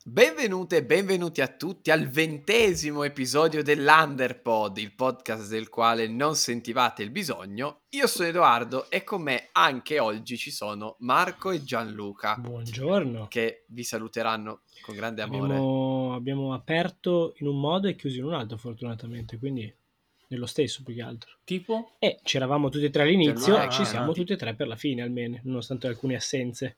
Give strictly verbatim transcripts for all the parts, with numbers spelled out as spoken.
Benvenute e benvenuti a tutti al ventesimo episodio dell'Underpod, il podcast del quale non sentivate il bisogno. Io sono Edoardo e con me anche oggi ci sono Marco e Gianluca, Buongiorno. che vi saluteranno con grande amore. Abbiamo, abbiamo aperto in un modo e chiuso in un altro, fortunatamente, quindi nello stesso più che altro. Tipo? E c'eravamo tutti e tre all'inizio, Gianluca, ci ah, siamo ah. tutti e tre per la fine almeno, nonostante alcune assenze.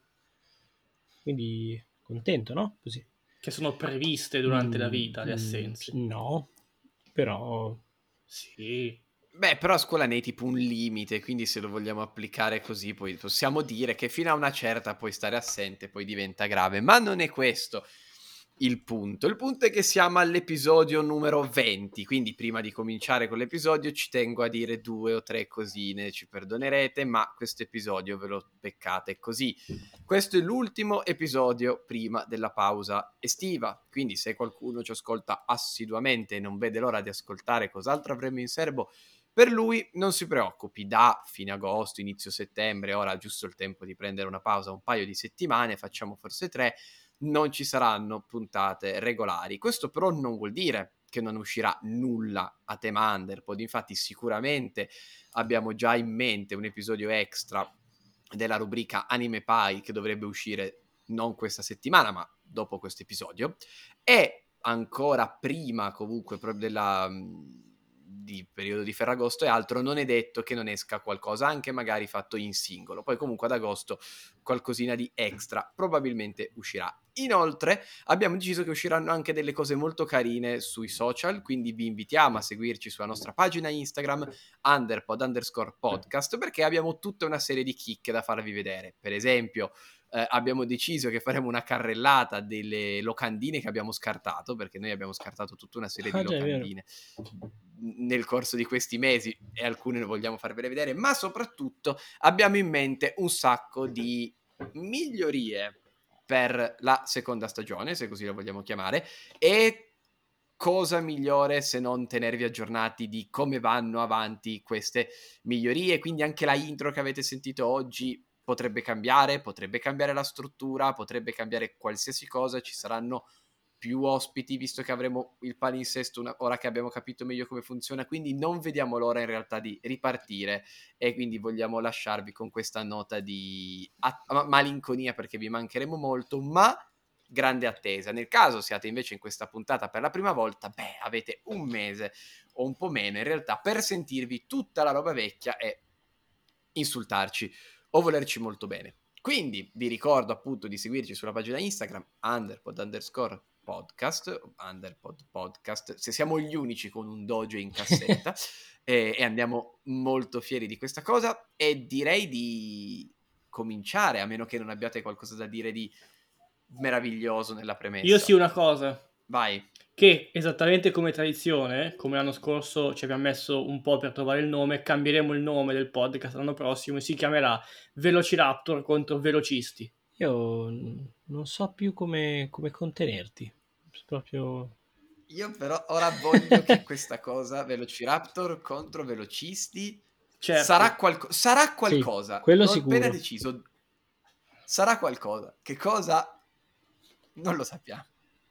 Quindi contento, no? Così. Che sono previste durante Mm, la vita, le mm, assenze. No, però Sì. Beh, però a scuola ne è tipo un limite, quindi se lo vogliamo applicare così, poi possiamo dire che fino a una certa puoi stare assente, poi diventa grave, ma non è questo il punto. Il punto è che siamo all'episodio numero venti, quindi prima di cominciare con l'episodio ci tengo a dire due o tre cosine, ci perdonerete, ma questo episodio ve lo beccate così. Questo è l'ultimo episodio prima della pausa estiva, quindi se qualcuno ci ascolta assiduamente e non vede l'ora di ascoltare cos'altro avremo in serbo, per lui non si preoccupi, da fine agosto, inizio settembre, ora giusto il tempo di prendere una pausa, un paio di settimane, facciamo forse tre, non ci saranno puntate regolari. Questo però non vuol dire che non uscirà nulla a tema Underpod, infatti sicuramente abbiamo già in mente un episodio extra della rubrica Anime Pie che dovrebbe uscire non questa settimana ma dopo questo episodio, e ancora prima comunque della di periodo di Ferragosto e altro, non è detto che non esca qualcosa, anche magari fatto in singolo. Poi comunque ad agosto qualcosina di extra probabilmente uscirà. Inoltre abbiamo deciso che usciranno anche delle cose molto carine sui social, quindi vi invitiamo a seguirci sulla nostra pagina Instagram underpod underscore podcast, perché abbiamo tutta una serie di chicche da farvi vedere. Per esempio eh, abbiamo deciso che faremo una carrellata delle locandine che abbiamo scartato, perché noi abbiamo scartato tutta una serie ah, di già, è vero. locandine nel corso di questi mesi e alcune le vogliamo farvele vedere, ma soprattutto abbiamo in mente un sacco di migliorie per la seconda stagione, se così la vogliamo chiamare, e cosa migliore se non tenervi aggiornati di come vanno avanti queste migliorie. Quindi anche la intro che avete sentito oggi potrebbe cambiare, potrebbe cambiare la struttura, potrebbe cambiare qualsiasi cosa, ci saranno più ospiti visto che avremo il palinsesto una, ora che abbiamo capito meglio come funziona, quindi non vediamo l'ora in realtà di ripartire e quindi vogliamo lasciarvi con questa nota di a- malinconia perché vi mancheremo molto, ma grande attesa. Nel caso siate invece in questa puntata per la prima volta, beh, avete un mese o un po' meno in realtà per sentirvi tutta la roba vecchia e insultarci o volerci molto bene. Quindi vi ricordo appunto di seguirci sulla pagina Instagram underpod underscore podcast, underpod podcast, se siamo gli unici con un dojo in cassetta e, e andiamo molto fieri di questa cosa, e direi di cominciare, a meno che non abbiate qualcosa da dire di meraviglioso nella premessa. Io sì una cosa. Vai. Che esattamente come tradizione, come l'anno scorso ci abbiamo messo un po' per trovare il nome, cambieremo il nome del podcast l'anno prossimo e si chiamerà Velociraptor contro Velocisti. Io non so più come, come contenerti. Proprio... Io però ora voglio che questa cosa, Velociraptor contro Velocisti, Certo. sarà, qualco- sarà qualcosa. Sì, quello L'ho sicuro. appena deciso. Sarà qualcosa. Che cosa? Non lo sappiamo.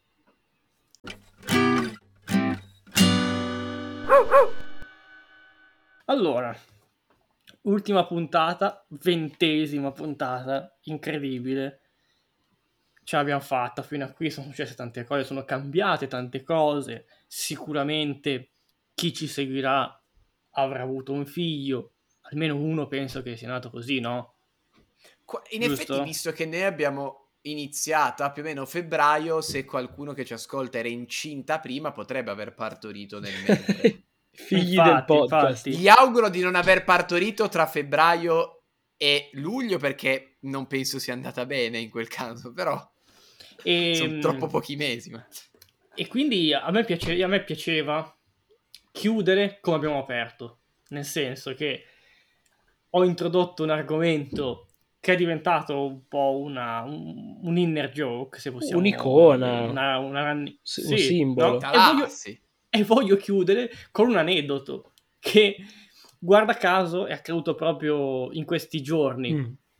Allora, ultima puntata, ventesima puntata, incredibile. Ce l'abbiamo fatta fino a qui, sono successe tante cose, sono cambiate tante cose. Sicuramente chi ci seguirà avrà avuto un figlio, almeno uno penso che sia nato così, no? In Giusto? effetti, visto che noi abbiamo iniziato a più o meno febbraio, se qualcuno che ci ascolta era incinta prima, potrebbe aver partorito nel mentre. Figli Infatti, del podcast. infatti. Gli auguro di non aver partorito tra febbraio e luglio, perché non penso sia andata bene in quel caso, però E, sono troppo pochi mesi. Ma... e quindi a me, piace, a me piaceva chiudere come abbiamo aperto, nel senso che ho introdotto un argomento che è diventato un po' una, un, un inner joke, se possiamo Un'icona, una, una, un sì, simbolo. no? E voglio, Talassi. e voglio chiudere con un aneddoto che, guarda caso, è accaduto proprio in questi giorni. Mm.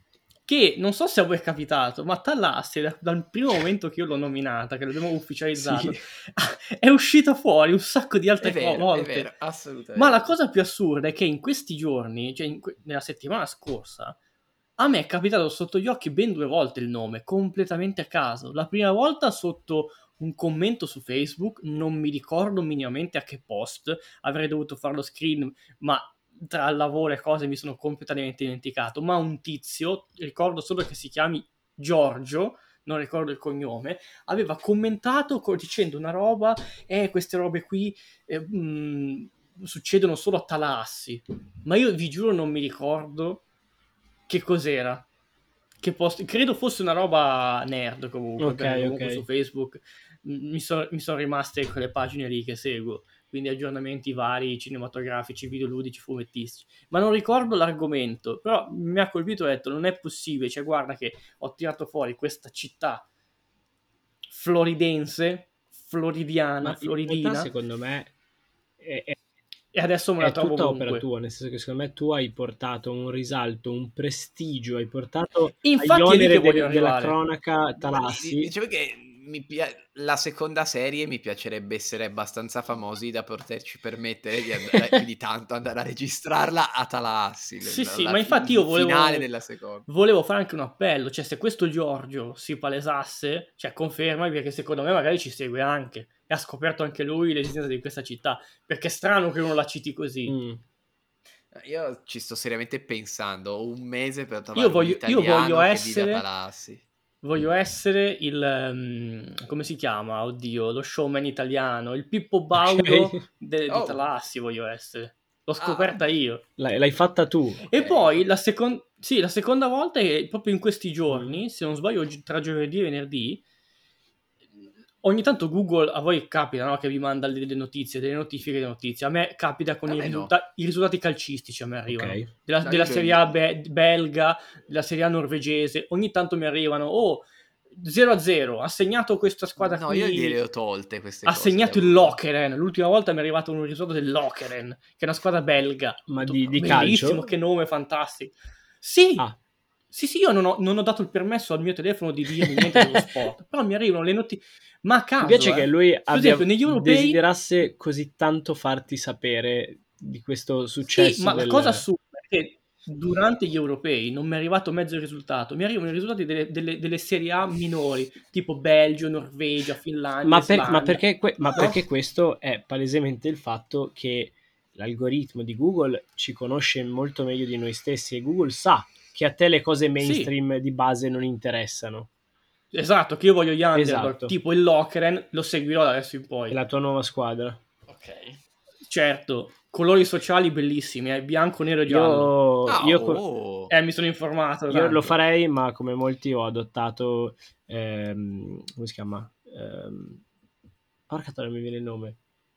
che non so se a voi è capitato, ma Talassi da, dal primo momento che io l'ho nominata, che l'abbiamo ufficializzato, Sì. è uscita fuori un sacco di altre È vero, volte. è vero, assolutamente. Ma la cosa più assurda è che in questi giorni, cioè in que- nella settimana scorsa, a me è capitato sotto gli occhi ben due volte il nome, completamente a caso. La prima volta sotto un commento su Facebook, non mi ricordo minimamente a che post, avrei dovuto farlo screen, ma tra il lavoro e cose mi sono completamente dimenticato, ma un tizio, ricordo solo che si chiami Giorgio, non ricordo il cognome, aveva commentato co- dicendo una roba, eh, queste robe qui eh, mh, succedono solo a Talassi, ma io vi giuro non mi ricordo che cos'era. Che post... Credo fosse una roba nerd comunque, Ok, perché comunque ok. su Facebook mh, mi, so- mi sono rimaste quelle pagine lì che seguo, quindi aggiornamenti vari, cinematografici, videoludici, fumettistici. Ma non ricordo l'argomento, però mi ha colpito e ho detto non è possibile, cioè guarda che ho tirato fuori questa città floridense, floridiana, Ma in realtà floridina, secondo me è, è- e adesso me la è trovo tutta opera ovunque. tua, nel senso che secondo me tu hai portato un risalto, un prestigio, hai portato agli Infatti è lì che oneri voglio del- della arrivare. cronaca Ma di- di- Talassi. dicevo che mi pia- la seconda serie mi piacerebbe essere abbastanza famosi da poterci permettere di andare più di tanto andare a registrarla a Talassi, Sì, la- sì, la ma fi- infatti io il finale volevo, della seconda. volevo fare anche un appello, cioè se questo Giorgio si palesasse, cioè conferma, perché secondo me magari ci segue anche e ha scoperto anche lui l'esistenza di questa città, perché è strano che uno la citi così. Mm. Io ci sto seriamente pensando, ho un mese per Io trovare un voglio, io voglio italiano che vive a essere, Talassi. voglio essere il, ehm, come si chiama? Oddio, lo showman italiano, il Pippo Baudo Ok. de- di Oh, Talassi voglio essere. L'ho ah, scoperta io. L'hai, l'hai fatta tu. ok. E poi la, secon- sì, la seconda volta è proprio in questi Mm. giorni, se non sbaglio gi- tra giovedì e venerdì, ogni tanto Google a voi capita, no, che vi manda delle notizie, delle notifiche di notizie. A me capita con A i, me no. risulta- i risultati calcistici, a me arrivano. Ok. Della, No, della io Serie li- A be- belga, della Serie A norvegese, ogni tanto mi arrivano, oh, zero a zero, ha segnato questa squadra No, io gliele qui, ho tolte queste ha cose da segnato il Google. Lokeren. L'ultima volta mi è arrivato un risultato del Lokeren, che è una squadra belga. Ma Ho detto, di, di bellissimo, calcio? che nome fantastico. Sì, Ah, sì, sì, io non ho, non ho dato il permesso al mio telefono di dirmi niente dello sport, però mi arrivano le notizie, ma a mi caso, piace eh. che lui Per abbia esempio, negli europei, desiderasse così tanto farti sapere di questo sì, successo ma la cosa del... assurda è che durante gli europei non mi è arrivato mezzo il risultato, mi arrivano i risultati delle, delle- delle Serie A minori, tipo Belgio, Norvegia, Finlandia, Ma, per- ma Islanda, perché, que- ma no? perché questo è palesemente il fatto che l'algoritmo di Google ci conosce molto meglio di noi stessi e Google sa che a te le cose Sì, mainstream di base non interessano. esatto, che io voglio gli underdog, Esatto, tipo il Lokeren, lo seguirò da adesso in è poi. la tua nuova squadra. Ok. Certo, colori sociali bellissimi, eh, bianco, nero e giallo. Io, Ah, io, co- oh. Eh, mi sono informato io lo tanto. farei, ma come molti ho adottato, ehm, come si chiama? Ehm, porca troia, mi viene il nome.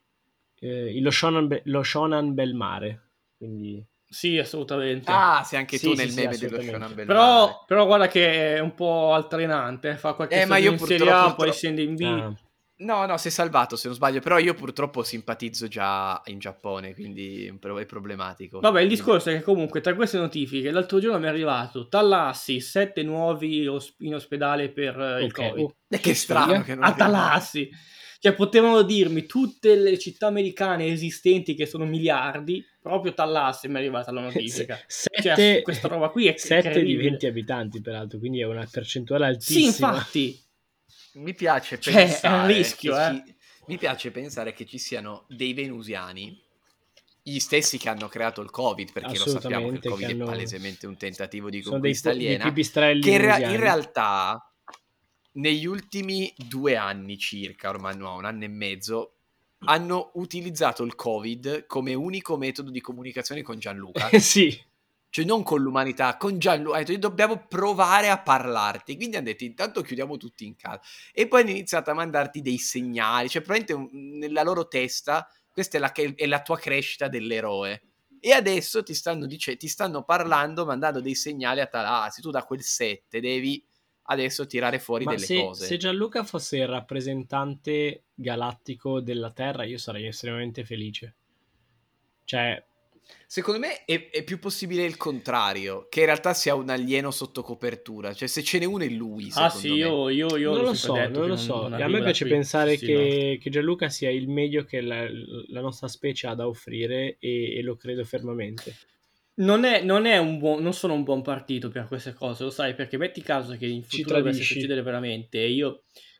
Eh, lo Shonan, Be- lo Shonan Belmare. Quindi, Sì, assolutamente. Ah, sei anche tu sì, sì, nel sì, meme dello assolutamente. Shonan Bellmare. Però, però guarda che è un po' altalenante, eh, fa qualche Eh, ma io stagione in Serie purtroppo, A, poi purtroppo... scende in B. Ah, No, no, sei salvato se non sbaglio, però io purtroppo simpatizzo già in Giappone, quindi è un pro- è problematico. Vabbè, il Mi- discorso è che comunque tra queste notifiche l'altro giorno mi è arrivato Talassi, sette nuovi os- in ospedale per eh, il ok. Covid. Oh, E che strano figa. che non A arrivi. Talassi! Cioè potevano dirmi tutte le città americane esistenti che sono miliardi, proprio Talassi mi è arrivata la notifica. Se- Cioè sette, questa roba qui è sette di incredibile. venti abitanti, peraltro, quindi è una percentuale Sì, altissima. infatti, Mi piace cioè è un pensare rischio, che eh. ci... Mi piace pensare che ci siano dei venusiani, gli stessi che hanno creato il Covid, perché lo sappiamo che il Assolutamente, Covid che è hanno... palesemente un tentativo di sono dei, conquista po- dei aliena, pipistrelli che in, rea- in venusiani. realtà negli ultimi due anni circa, ormai no, un anno e mezzo, hanno utilizzato il Covid come unico metodo di comunicazione con Gianluca. Sì. Cioè non con l'umanità, con Gianluca. Ha detto, dobbiamo provare a parlarti. Quindi hanno detto, intanto chiudiamo tutti in casa. E poi hanno iniziato a mandarti dei segnali. Cioè probabilmente un- nella loro testa, questa è la, che- è la tua crescita dell'eroe. E adesso ti stanno, dice, ti stanno parlando, mandando dei segnali a Talassi. Tu da quel sette devi adesso tirare fuori Ma delle se, cose. se Gianluca fosse il rappresentante galattico della Terra, io sarei estremamente felice. Cioè, Secondo me è, è più possibile il contrario, che in realtà sia un alieno sotto copertura, cioè se ce n'è uno è lui, Ah secondo sì, me. io, io, io Non l'ho lo sempre so, detto non che lo non, so. non E a me arriva da piace qui. pensare Sì, sì, no. che, che Gianluca sia il meglio che la, la nostra specie ha da offrire e, e lo credo fermamente. Non è, non è un buon, non sono un buon partito per queste cose, lo sai, perché metti caso che in Ci futuro dovesse tradisci. succedere veramente e io...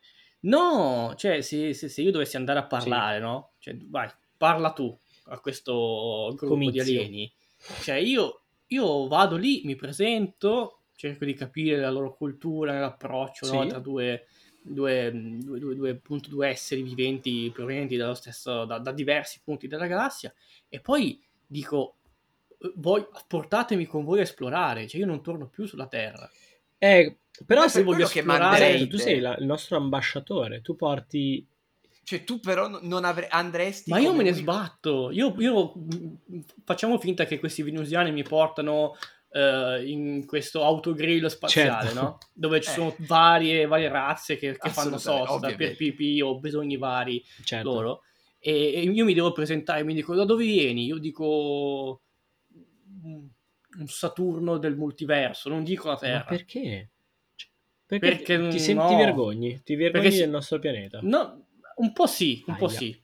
No, cioè se, se- se io dovessi andare a Sì, parlare, no? Cioè, vai, parla tu a questo gruppo di comizio. alieni. Cioè io, io vado lì, mi presento, cerco di capire la loro cultura, l'approccio, no? Sì. Tra due, due, due, due, due, appunto, due esseri viventi provenienti dallo stesso, da, da diversi punti della galassia e poi dico, eh, voi, portatemi con voi a esplorare, cioè io non torno più sulla Terra. Eh, però Ma è Se per voglio quello che esplorare... esatto, tu manderei sei te. la- il nostro ambasciatore, tu porti... Cioè tu però no- non avre- andresti Ma io come me ne unico... sbatto. Io, io- mh, facciamo finta che questi venusiani mi portano eh, in questo autogrill spaziale, Certo. no? Dove ci Eh, sono varie, varie razze che, che fanno assolutamente, sosta per ovviamente. pipì o bisogni vari Certo. loro. E, e io mi devo presentare, mi dico da dove vieni? Io dico un un Saturno del multiverso, non dico la Ma Terra. perché? Cioè, perché Perché ti, ti, mm, senti- ti no, vergogni? Ti perché vergogni del si... nostro pianeta? No, un po' sì, un po' Aia. sì.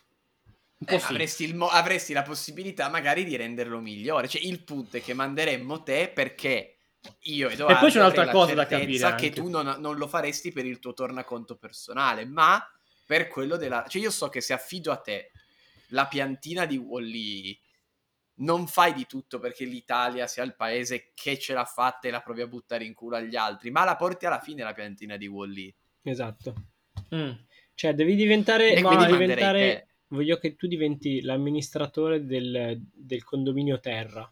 Un Eh, po' ma sì. avresti, il mo- avresti la possibilità magari di renderlo migliore. Cioè, il punto è che manderemmo te perché io, E poi c'è Edoardo, avrei un'altra la cosa da capire certezza che anche. tu non, non lo faresti per il tuo tornaconto personale, ma per quello della... Cioè, io so che se affido a te la piantina di Wall-E, non fai di tutto perché l'Italia sia il paese che ce l'ha fatta e la provi a buttare in culo agli altri, ma la porti alla fine la piantina di Wall-E. Esatto. Mm. Cioè, devi diventare, E devi quindi Ma manderei diventare, te. voglio che tu diventi l'amministratore del, del condominio Terra.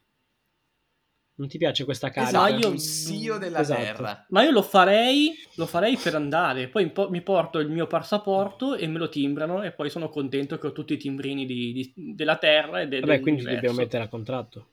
Non ti piace questa Ma Esatto, carica? io, il C E O mm, della Esatto. Terra. ma io lo farei, lo farei per andare, poi po- mi porto il mio passaporto e me lo timbrano e poi sono contento che ho tutti i timbrini di- di- della Terra e de- Vabbè, quindi ti dobbiamo dell'universo. mettere a contratto.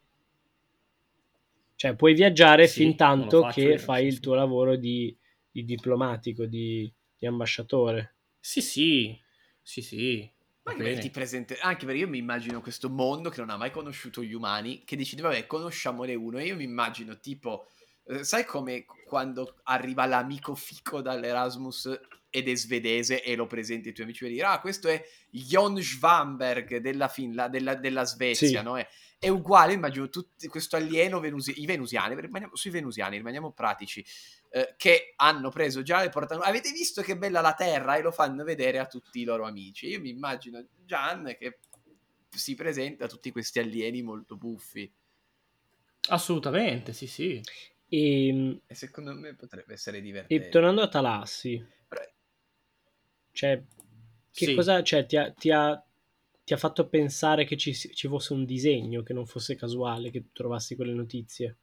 Cioè, puoi viaggiare fin Sì, non lo tanto faccio che io. fai Sì, il sì. tuo lavoro di, di diplomatico, di, di ambasciatore. Sì, sì, sì, sì, va Ma magari ti bene. presente, anche perché io mi immagino questo mondo che non ha mai conosciuto gli umani, che decide, vabbè, conosciamone uno. E io mi immagino tipo, eh, sai come quando arriva l'amico fico dall'Erasmus ed è svedese e lo presenti ai tuoi amici per dire, ah, questo è Jon Schwamberg della, Finla- della, della Svezia, Sì, no? È, è uguale, immagino tutti, questo alieno venusi- i venusiani, rimaniamo sui venusiani, rimaniamo pratici, eh, che hanno preso già e portano, avete visto che bella la Terra? E lo fanno vedere a tutti i loro amici. Io mi immagino Gian che si presenta a tutti questi alieni molto buffi. Assolutamente, sì, sì. e, E secondo me potrebbe essere e divertente. tornando a Talassi, Però, cioè, che Sì. cosa cioè, ti, ha, ti, ha, ti ha fatto pensare che ci, ci fosse un disegno, che non fosse casuale, che tu trovassi quelle notizie?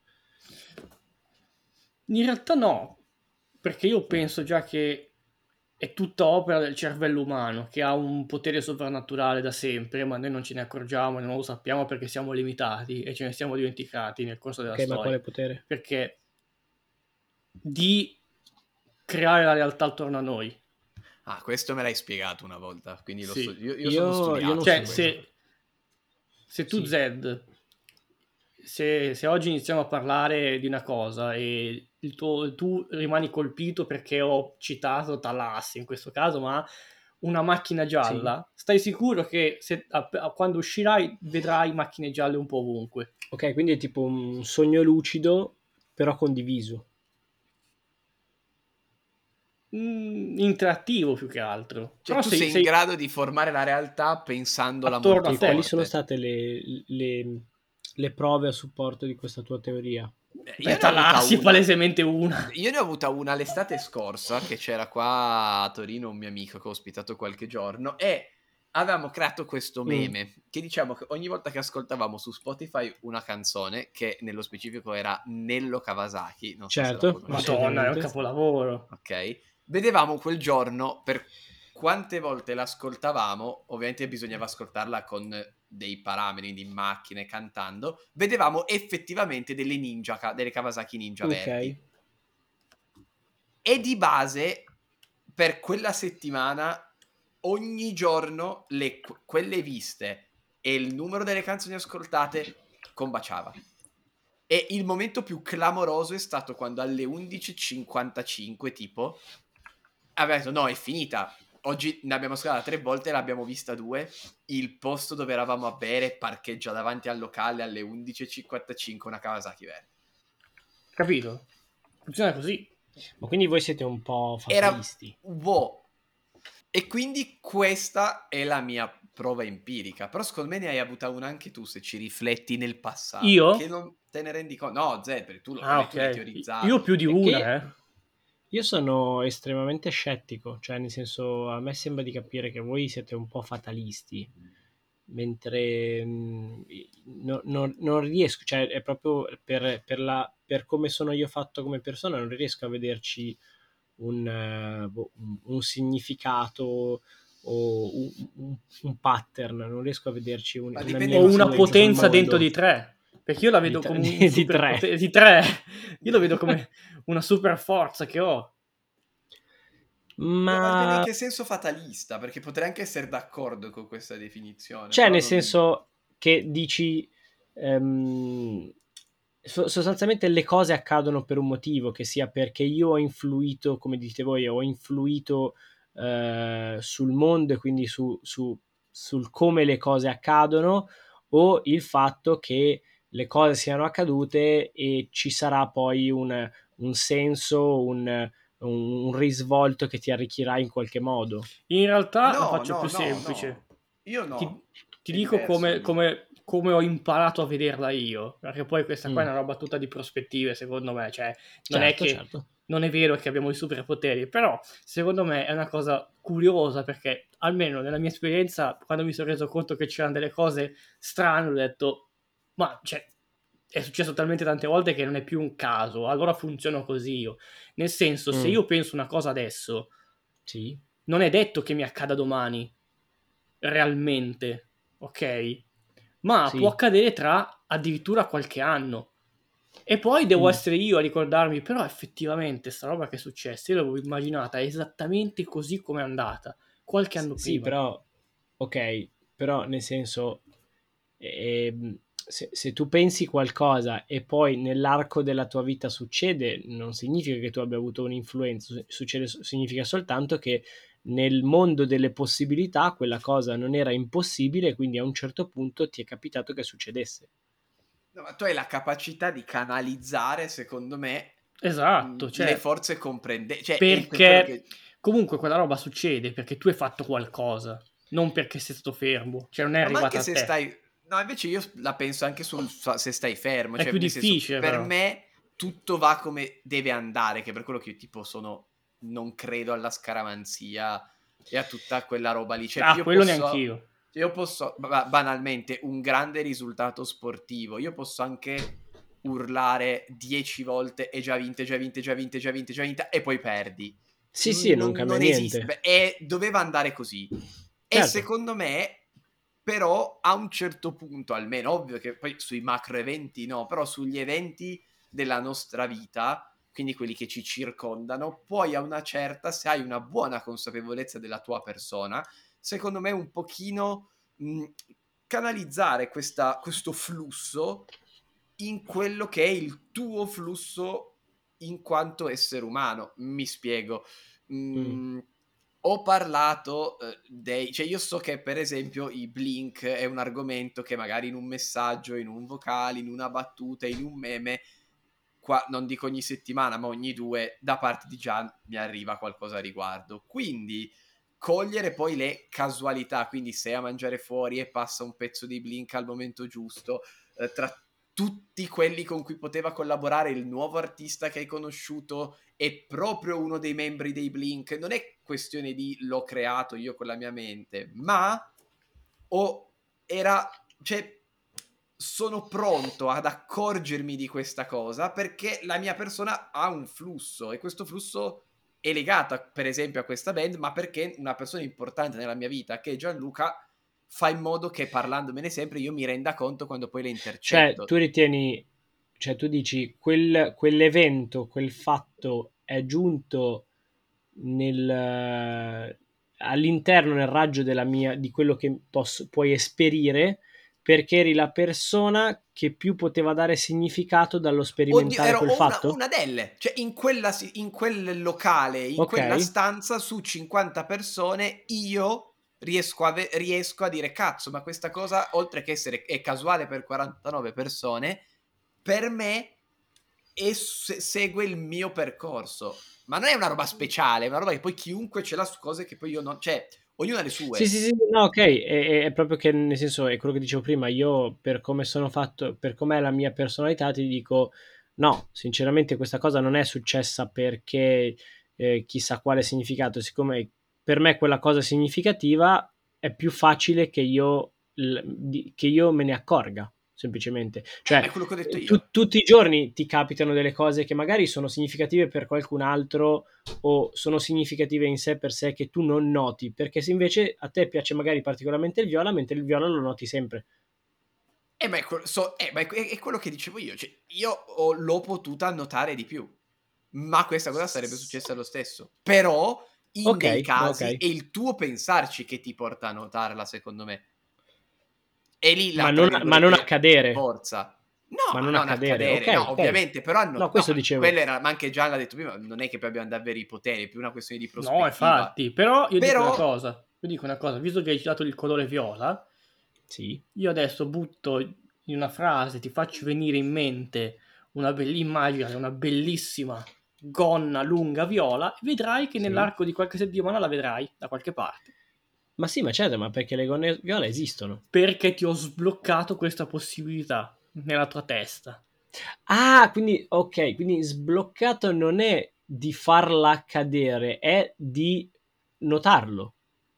In realtà no, perché io penso già che è tutta opera del cervello umano, che ha un potere sovrannaturale da sempre, ma noi non ce ne accorgiamo, non lo sappiamo perché siamo limitati e ce ne siamo dimenticati nel corso della Ok, ma quale storia. potere? Perché di creare la realtà attorno a noi. ah, questo me l'hai spiegato una volta, quindi lo so, Sì. io, io sono Io, io non studiato su Cioè, so questo. questo. se, se tu Sì, Zed, se, se oggi iniziamo a parlare di una cosa e il tuo, tu rimani colpito perché ho citato Talassi in questo caso, ma una macchina sì. gialla, stai sicuro che se, a, a, quando uscirai vedrai macchine gialle un po' ovunque. Ok, quindi è tipo un sogno lucido, però condiviso. Mm, interattivo più che altro. Cioè, Però tu sei, sei in sei grado di formare la realtà pensandola attorno molto a E quali te. sono forte. state le, le, le prove a supporto di questa tua teoria? Eh, Io Beh, ne ho avuta Talassi è una. palesemente una. Io ne ho avuta una l'estate scorsa, che c'era qua a Torino un mio amico che ho ospitato qualche giorno, e avevamo creato questo Mm, meme, che diciamo che ogni volta che ascoltavamo su Spotify una canzone, che nello specifico era Nello Kawasaki, non so se lo certo, conosci, Madonna, è un assolutamente. capolavoro. ok? Vedevamo quel giorno, per quante volte l'ascoltavamo, ovviamente bisognava ascoltarla con dei parametri di macchine, cantando, vedevamo effettivamente delle ninja, delle Kawasaki ninja Ok. verdi. E di base, per quella settimana, ogni giorno le, quelle viste e il numero delle canzoni ascoltate combaciava. E il momento più clamoroso è stato quando alle undici e cinquantacinque tipo abbiamo detto no, è finita, oggi ne abbiamo scalata tre volte e l'abbiamo vista due, il posto dove eravamo a bere parcheggia davanti al locale alle undici e cinquantacinque una Kawasaki verde. Capito? Funziona così. Ma quindi voi siete un po' Era fatalisti. wow. E quindi questa è la mia prova empirica. Però secondo me ne hai avuta una anche tu se ci rifletti nel passato. Io? Che non te ne rendi conto. No, Zed, perché tu, lo, Ah, tu l'hai ok. teorizzato. Io più di È una, che eh. io sono estremamente scettico, cioè nel senso a me sembra di capire che voi siete un po' fatalisti, mentre mh, no- no- non riesco, cioè è proprio per, per, la, per come sono io fatto come persona, non riesco a vederci un, eh, boh, un, un significato o un, un- un pattern, non riesco a vederci un- Ma una dipende mia Ho una cosa vuoi influenza sul potenza dire. dentro mondo di tre. Perché io la di, vedo tre- come un di, di super tre. potere di tre. Io lo vedo come una super forza che ho. No, ma dipende in Ma che senso fatalista, perché potrei anche essere d'accordo con questa definizione, cioè, però nel non... senso che dici ehm, so- sostanzialmente le cose accadono per un motivo, che sia perché io ho influito, come dite voi, ho influito eh, sul mondo e quindi su, su- sul come le cose accadono, o il fatto che le cose siano accadute e ci sarà poi un, un senso, un, un risvolto che ti arricchirà in qualche modo. In realtà la No, faccio no, più no, semplice. no. Io Ti, no. ti È dico diverso il come, mio. come- come ho imparato a vederla io, perché poi questa qua è Mm, una roba tutta di prospettive, secondo me. Cioè, non è certo, che certo. non è vero che abbiamo i superpoteri, però secondo me è una cosa curiosa perché almeno nella mia esperienza, quando mi sono reso conto che c'erano delle cose strane, ho detto, ma cioè, è successo talmente tante volte che non è più un caso, allora funziono così io. Nel senso, se Mm, io penso una cosa adesso, sì. non è detto che mi accada domani, realmente, ok? Ma può Sì. accadere tra addirittura qualche anno. E poi devo Mm. essere io a ricordarmi, però effettivamente sta roba che è successa, io l'avevo immaginata esattamente così come è andata, qualche S- anno Sì, prima. però, ok, però nel senso, ehm, se, se tu pensi qualcosa e poi nell'arco della tua vita succede, non significa che tu abbia avuto un'influenza, su- succede, significa soltanto che nel mondo delle possibilità quella cosa non era impossibile, quindi a un certo punto ti è capitato che succedesse. No, ma tu hai la capacità di canalizzare, secondo me, mh, Esatto, le cioè, forze comprende. Cioè, è per quello perché che... comunque quella roba succede perché tu hai fatto qualcosa, non perché sei stato fermo, cioè non è No, ma arrivata anche a se te. stai... No, invece io la penso anche sul fa- se stai fermo. È Cioè, più nel senso, difficile per però. me tutto va come deve andare, che per quello che io tipo sono... Non credo alla scaramanzia e a tutta quella roba lì. Cioè, Ah, io quello posso... neanch'io. Io posso... ba- banalmente, un grande risultato sportivo. Io posso anche urlare dieci volte e già vinte, già vinte, già vinte, già vinte, già vinta e poi perdi. Sì, sì, non Non, cambia non esiste. niente. Beh, e doveva andare così. E Certo. secondo me, però, a un certo punto, almeno, ovvio che poi sui macro eventi no, però sugli eventi della nostra vita, quindi quelli che ci circondano, poi a una certa, se hai una buona consapevolezza della tua persona, secondo me un pochino mh, canalizzare questa, questo flusso in quello che è il tuo flusso in quanto essere umano. Mi spiego. Mm. Mm, ho parlato eh, dei... Cioè io so che per esempio i Blink è un argomento che magari in un messaggio, in un vocale, in una battuta, in un meme, qua non dico ogni settimana, ma ogni due, da parte di Gian mi arriva qualcosa a riguardo. Quindi cogliere poi le casualità, quindi sei a mangiare fuori e passa un pezzo di Blink al momento giusto, eh, tra tutti quelli con cui poteva collaborare il nuovo artista che hai conosciuto è proprio uno dei membri dei Blink. Non è questione di l'ho creato io con la mia mente, ma o era, cioè, sono pronto ad accorgermi di questa cosa perché la mia persona ha un flusso e questo flusso è legato per esempio a questa band, ma perché una persona importante nella mia vita che è Gianluca fa in modo che parlandomene sempre io mi renda conto quando poi le Cioè, intercetto. tu ritieni, cioè tu dici, quel, quell'evento, quel fatto è giunto nel, all'interno, nel raggio della mia, di quello che posso, puoi esperire, perché eri la persona che più poteva dare significato dallo Oddio, sperimentare ero quel una, fatto? una delle, cioè in, quella, si- in quel locale, in quella Ok, stanza su cinquanta persone, io riesco a, ve- riesco a dire cazzo, ma questa cosa, oltre che essere è casuale per quarantanove persone, per me è- se- segue il mio percorso. Ma non è una roba speciale, è una roba che poi chiunque ce l'ha su cose che poi io non... Cioè, ognuno ha le sì, sue. sì, sì, no, ok, è, è- è proprio che nel senso è quello che dicevo prima, io per come sono fatto, per com'è la mia personalità ti dico no, sinceramente questa cosa non è successa perché eh, chissà quale significato, siccome per me quella cosa significativa è più facile che io, l- di- che io me ne accorga, semplicemente. Eh, ma Cioè, è quello che ho detto eh, tu- io. tutti i giorni ti capitano delle cose che magari sono significative per qualcun altro o sono significative in sé per sé che tu non noti, perché se invece a te piace magari particolarmente il viola, mentre il viola lo noti sempre. Eh, ma è, que- so- eh, ma è que- è quello che dicevo io. Cioè, io ho- l'ho potuta notare di più. Ma questa cosa sarebbe successa lo stesso. Però, in Ok, dei ok. casi, è il tuo pensarci che ti porta a notarla, secondo me. E lì Ma la, tra non, ma non virgolette, accadere. forza. No, Ma ma non non accadere. Ok, accadere. No, ok. ovviamente, però hanno... No, No, questo ma dicevo. quella era... Ma anche Gian l'ha detto prima, non è che poi abbiamo da avere i poteri, è più una questione di No, prospettiva. infatti, però io dico una Però... cosa, io dico una cosa, visto che hai citato il colore viola, Sì. io adesso butto in una frase, ti faccio venire in mente una bellissima immagine, una bellissima gonna lunga viola, e vedrai che Sì. nell'arco di qualche settimana la vedrai da qualche parte. Ma sì, ma certo, ma perché le gonne viola esistono. Perché ti ho sbloccato questa possibilità nella tua testa. Ah, quindi, ok, quindi sbloccato non è di farla cadere, è di notarlo.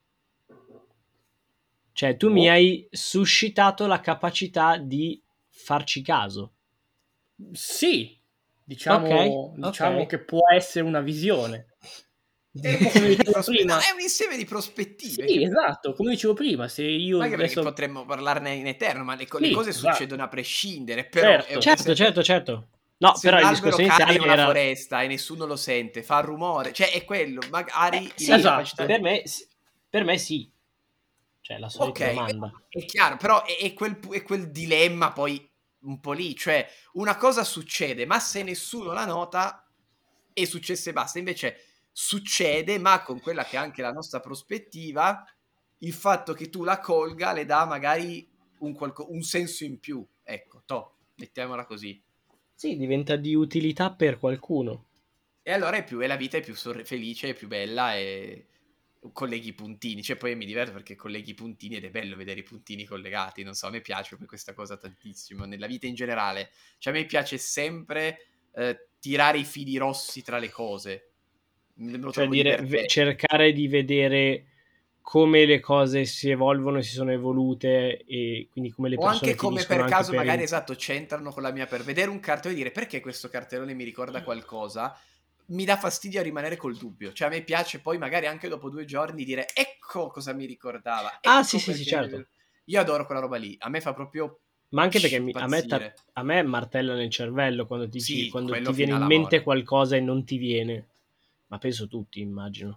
Cioè, tu mi Boh. hai suscitato la capacità di farci caso. Sì, Ok, diciamo, diciamo ok. che può essere una visione. È un Un po' come insieme di dicevo prospe- no, prima. è un insieme di prospettive Sì, che poi... esatto, come dicevo prima, se io Ma anche perché adesso... potremmo parlarne in eterno, ma le, co- le Sì, cose esatto, succedono a prescindere, però è, certo. è Certo, sempre... certo, certo. No, Se però un il albero discorso cade iniziale in una era... foresta e nessuno lo sente, fa rumore, cioè è quello, Eh, magari la sì, capacità... Esatto. per me, sì- per me sì. Cioè, la Ok, solita è domanda. è chiaro, però è, è quel, è quel dilemma poi un po' lì, cioè una cosa succede, ma se nessuno la nota è successo e basta, invece succede, ma con quella che è anche la nostra prospettiva, il fatto che tu la colga le dà magari un, qualco- un senso in più, ecco, to, mettiamola così. Sì, diventa di utilità per qualcuno. E allora è più, e la vita è più sorre- felice, è più bella e colleghi i puntini. Cioè, poi mi diverto perché colleghi i puntini ed è bello vedere i puntini collegati. Non so, a me piace per questa cosa tantissimo. Nella vita in generale. Cioè, a me piace sempre eh, tirare i fili rossi tra le cose. Me lo Cioè, trovo dire, ve- divertente. cercare di vedere come le cose si evolvono e si sono evolute e quindi come le O anche persone come finiscono per anche caso, per... magari in- esatto, c'entrano con la mia per vedere un cartone e dire perché questo cartellone mi ricorda qualcosa. Mi dà fastidio a rimanere col dubbio. Cioè, a me piace poi, magari anche dopo due giorni, dire ecco cosa mi ricordava, Ah, sì, ecco sì, sì, perché. certo. Io adoro quella roba lì. A me fa proprio Ma anche perché psh, mi- a, me tar- impazzire. a me martella nel cervello quando ti, dici- Sì, quando quello ti viene fino in alla mente morte. qualcosa e non ti viene. Ma penso tutti, immagino.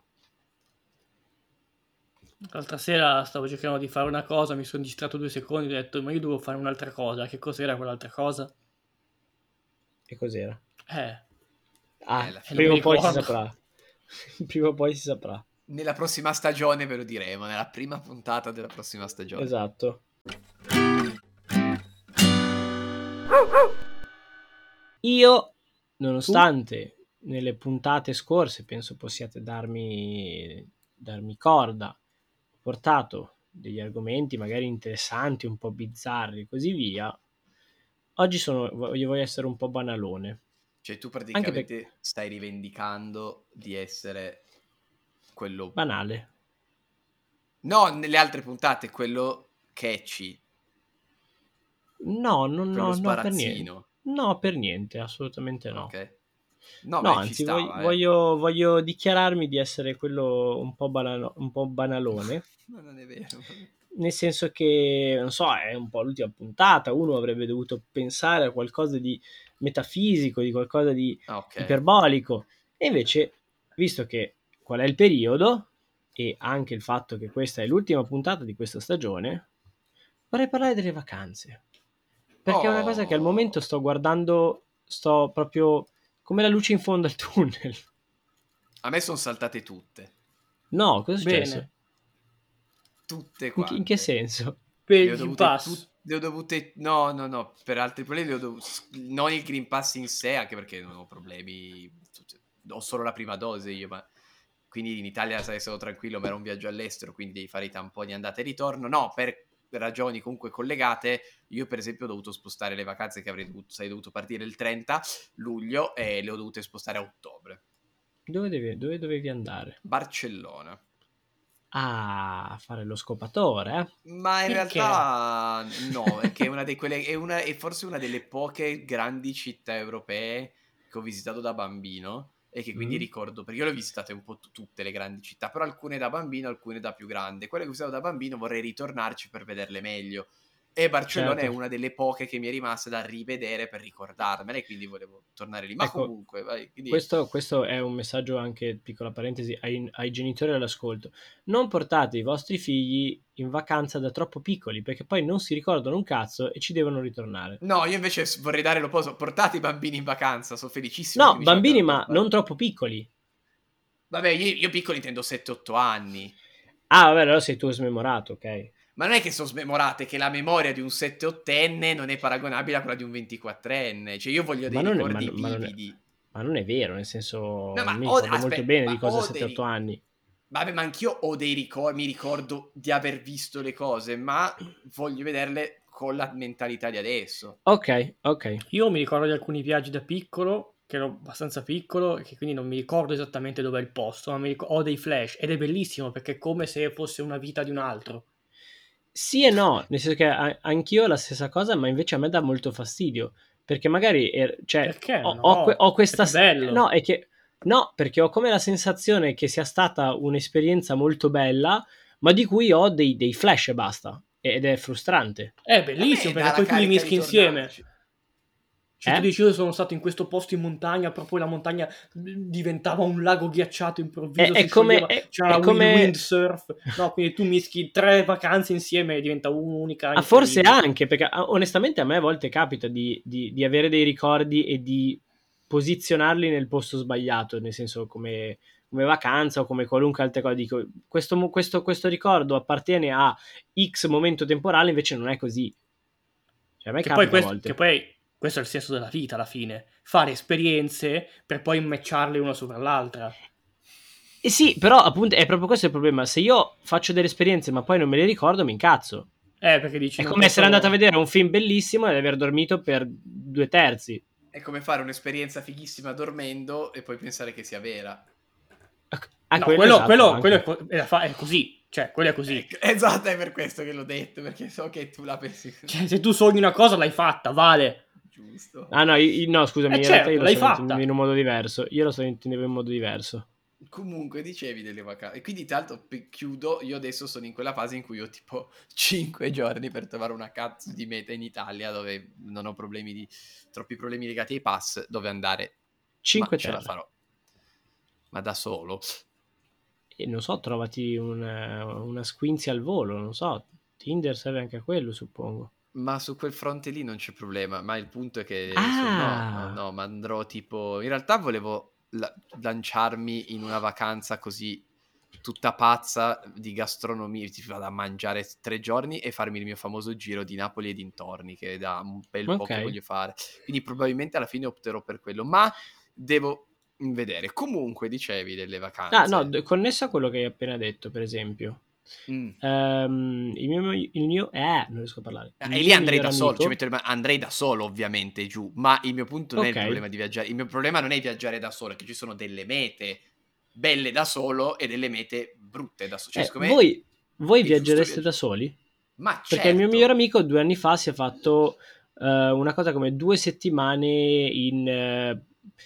L'altra sera stavo cercando di fare una cosa, mi sono distratto due secondi e ho detto, ma io devo fare un'altra cosa. Che cos'era quell'altra cosa? E cos'era? Eh, Eh, Ah, alla e non mi prima o fine. poi si ricordo. saprà. Prima o poi si saprà. Nella prossima stagione ve lo diremo, nella prima puntata della prossima stagione. Esatto. Io, Tu? nonostante nelle puntate scorse penso possiate darmi, darmi corda, ho portato degli argomenti magari interessanti, un po' bizzarri e così via, oggi sono, voglio, voglio essere un po' banalone. Cioè, tu Anche perché praticamente stai rivendicando di essere quello. banale. No, nelle altre puntate, quello catchy, No, no, quello no, no, per niente. sbarazzino. No, per niente, assolutamente no. Ok. No, No, beh, ci anzi, voglio, stava, eh. voglio, voglio dichiararmi di essere quello un po', banalo- un po' banalone. Ma non è vero. Nel senso che, non so, è un po' l'ultima puntata, uno avrebbe dovuto pensare a qualcosa di metafisico, di qualcosa di Ah, ok. iperbolico, e invece, visto che qual è il periodo, e anche il fatto che questa è l'ultima puntata di questa stagione, vorrei parlare delle vacanze. Perché è una cosa che al Oh. momento sto guardando, sto proprio come la luce in fondo al tunnel. A me sono saltate tutte. No, cosa è successo? Bene. Tutte In, quante. che- in che senso? Per Le il ho Green dovute, Pass. tut- le ho dovute, no, no, no, per altri problemi, le ho dovu- non il Green Pass in sé, anche perché non ho problemi, ho solo la prima dose io, ma quindi in Italia sarei stato tranquillo, ma era un viaggio all'estero, quindi devi fare i tamponi andata e ritorno. No, per ragioni comunque collegate, io per esempio ho dovuto spostare le vacanze che avrei dovuto, sarei dovuto partire il trenta luglio e le ho dovute spostare a ottobre. Dove, devi- dove dovevi andare? Barcellona. Ah, a fare lo scopatore, eh? Ma in Perché? realtà no, è che è una di quelle, è, una, è forse una delle poche grandi città europee che ho visitato da bambino e che quindi Mm. ricordo, perché io le ho visitate un po' t- tutte le grandi città, però alcune da bambino, alcune da più grande. Quelle che ho visitato da bambino vorrei ritornarci per vederle meglio. E Barcellona Certo. è una delle poche che mi è rimasta da rivedere per ricordarmene, quindi volevo tornare lì. Ma Ecco, comunque, vai, quindi... questo, questo è un messaggio anche, piccola parentesi, ai, ai genitori all'ascolto. Non portate i vostri figli in vacanza da troppo piccoli, perché poi non si ricordano un cazzo e ci devono ritornare. No, io invece s- vorrei dare l'opposto. Portate i bambini in vacanza, sono felicissimo che No, mi ci bambini, abbiano ma portato. non troppo piccoli. Vabbè, io, io piccolo intendo sette otto anni. Ah, vabbè, allora sei tu smemorato, ok. Ma non è che sono smemorate, che la memoria di un sette ottenne non è paragonabile a quella di un ventiquattrenne. Cioè, io voglio dei Ma non, è, ma, ricordi ma non è- vividi. ma non è vero, nel senso, No, ma mi ho, ricordo molto aspetta, bene di ma cose a ho dei sette otto ri- anni. Vabbè, ma anch'io ho dei ricordi, mi ricordo di aver visto le cose, ma voglio vederle con la mentalità di adesso. Ok, ok. Io mi ricordo di alcuni viaggi da piccolo, che ero abbastanza piccolo, e che quindi non mi ricordo esattamente dov'è il posto, ma mi ricor- ho dei flash, ed è bellissimo perché è come se fosse una vita di un altro. Sì e no, nel senso che a- anch'io ho la stessa cosa, ma invece a me dà molto fastidio, perché magari, er- cioè, Perché? ho, ho que- No, ho è questa... più bello. No, è che... No, perché ho come la sensazione che sia stata un'esperienza molto bella, ma di cui ho dei, dei flash e basta, ed è frustrante. È A bellissimo me dà perché la poi tu li carica mischi di insieme. tornarci. Cioè, tu Eh? dici, io sono stato in questo posto in montagna, però poi la montagna diventava un lago ghiacciato improvviso, È, è si come... scioglieva, È, c'era è la come... windsurf. No, quindi tu mischi tre vacanze insieme e diventa un'unica. Ah, forse incredibile. anche, perché ah, onestamente a me a volte capita di, di- di avere dei ricordi e di posizionarli nel posto sbagliato, nel senso come, come vacanza o come qualunque altra cosa. Dico, questo, mo- questo- questo ricordo appartiene a X momento temporale, invece non è così. Cioè, a me Che poi, capita a questo, volte. che poi questo è il senso della vita alla fine. Fare esperienze per poi matcharle una sopra l'altra. E sì, però appunto è proprio questo il problema. Se io faccio delle esperienze ma poi non me le ricordo, mi incazzo. Eh, perché dici È non come posso... essere andato a vedere un film bellissimo ed aver dormito per due terzi. È come fare un'esperienza fighissima dormendo e poi pensare che sia vera. Ah, No, quello, quello, esatto, quello, anche. quello è, co- è da fa- è così. Cioè, quello è così. Ecco, esatto, è per questo che l'ho detto, perché so che tu la pensi così. Cioè, se tu sogni una cosa, l'hai fatta, vale. Giusto. Ah no, io- no, scusami, Eh in realtà certo, io lo l'hai sto intendendo fatta. in un modo diverso. Io lo sto intendendo in un modo diverso. Comunque dicevi delle vacanze. E quindi tra l'altro pe- chiudo, io adesso sono in quella fase in cui ho tipo cinque giorni per trovare una cazzo di meta in Italia dove non ho problemi di troppi problemi legati ai pass, dove andare. cinque Ma ce la terre. farò. Ma da solo. E non so, trovati una, una squinzia al volo, non so. Tinder serve anche a quello, suppongo. Ma su quel fronte lì non c'è problema, ma il punto è che so- no, no, Ah! no, ma andrò tipo in realtà volevo la- lanciarmi in una vacanza così tutta pazza di gastronomia, ti vado a mangiare tre giorni e farmi il mio famoso giro di Napoli e dintorni, che è da un bel po' che Ok. voglio fare. Quindi probabilmente alla fine opterò per quello, ma devo vedere. Comunque dicevi delle vacanze. Ah, no, d- connesso a quello che hai appena detto, per esempio. Mm. Ehm, il mio, il mio, eh, non riesco a parlare. Il E lì mio andrei miglior da solo, cioè amico. metto le mani- andrei da solo ovviamente giù, ma il mio punto non è il Ok. problema di viaggiare, il mio problema non è viaggiare da solo, è che ci sono delle mete belle da solo e delle mete brutte da solo. Cioè, Eh, secondo me voi voi è giusto viaggereste viaggiare. da soli? Ma Perché il mio certo. miglior amico due anni fa si è fatto eh, una cosa come due settimane in, eh,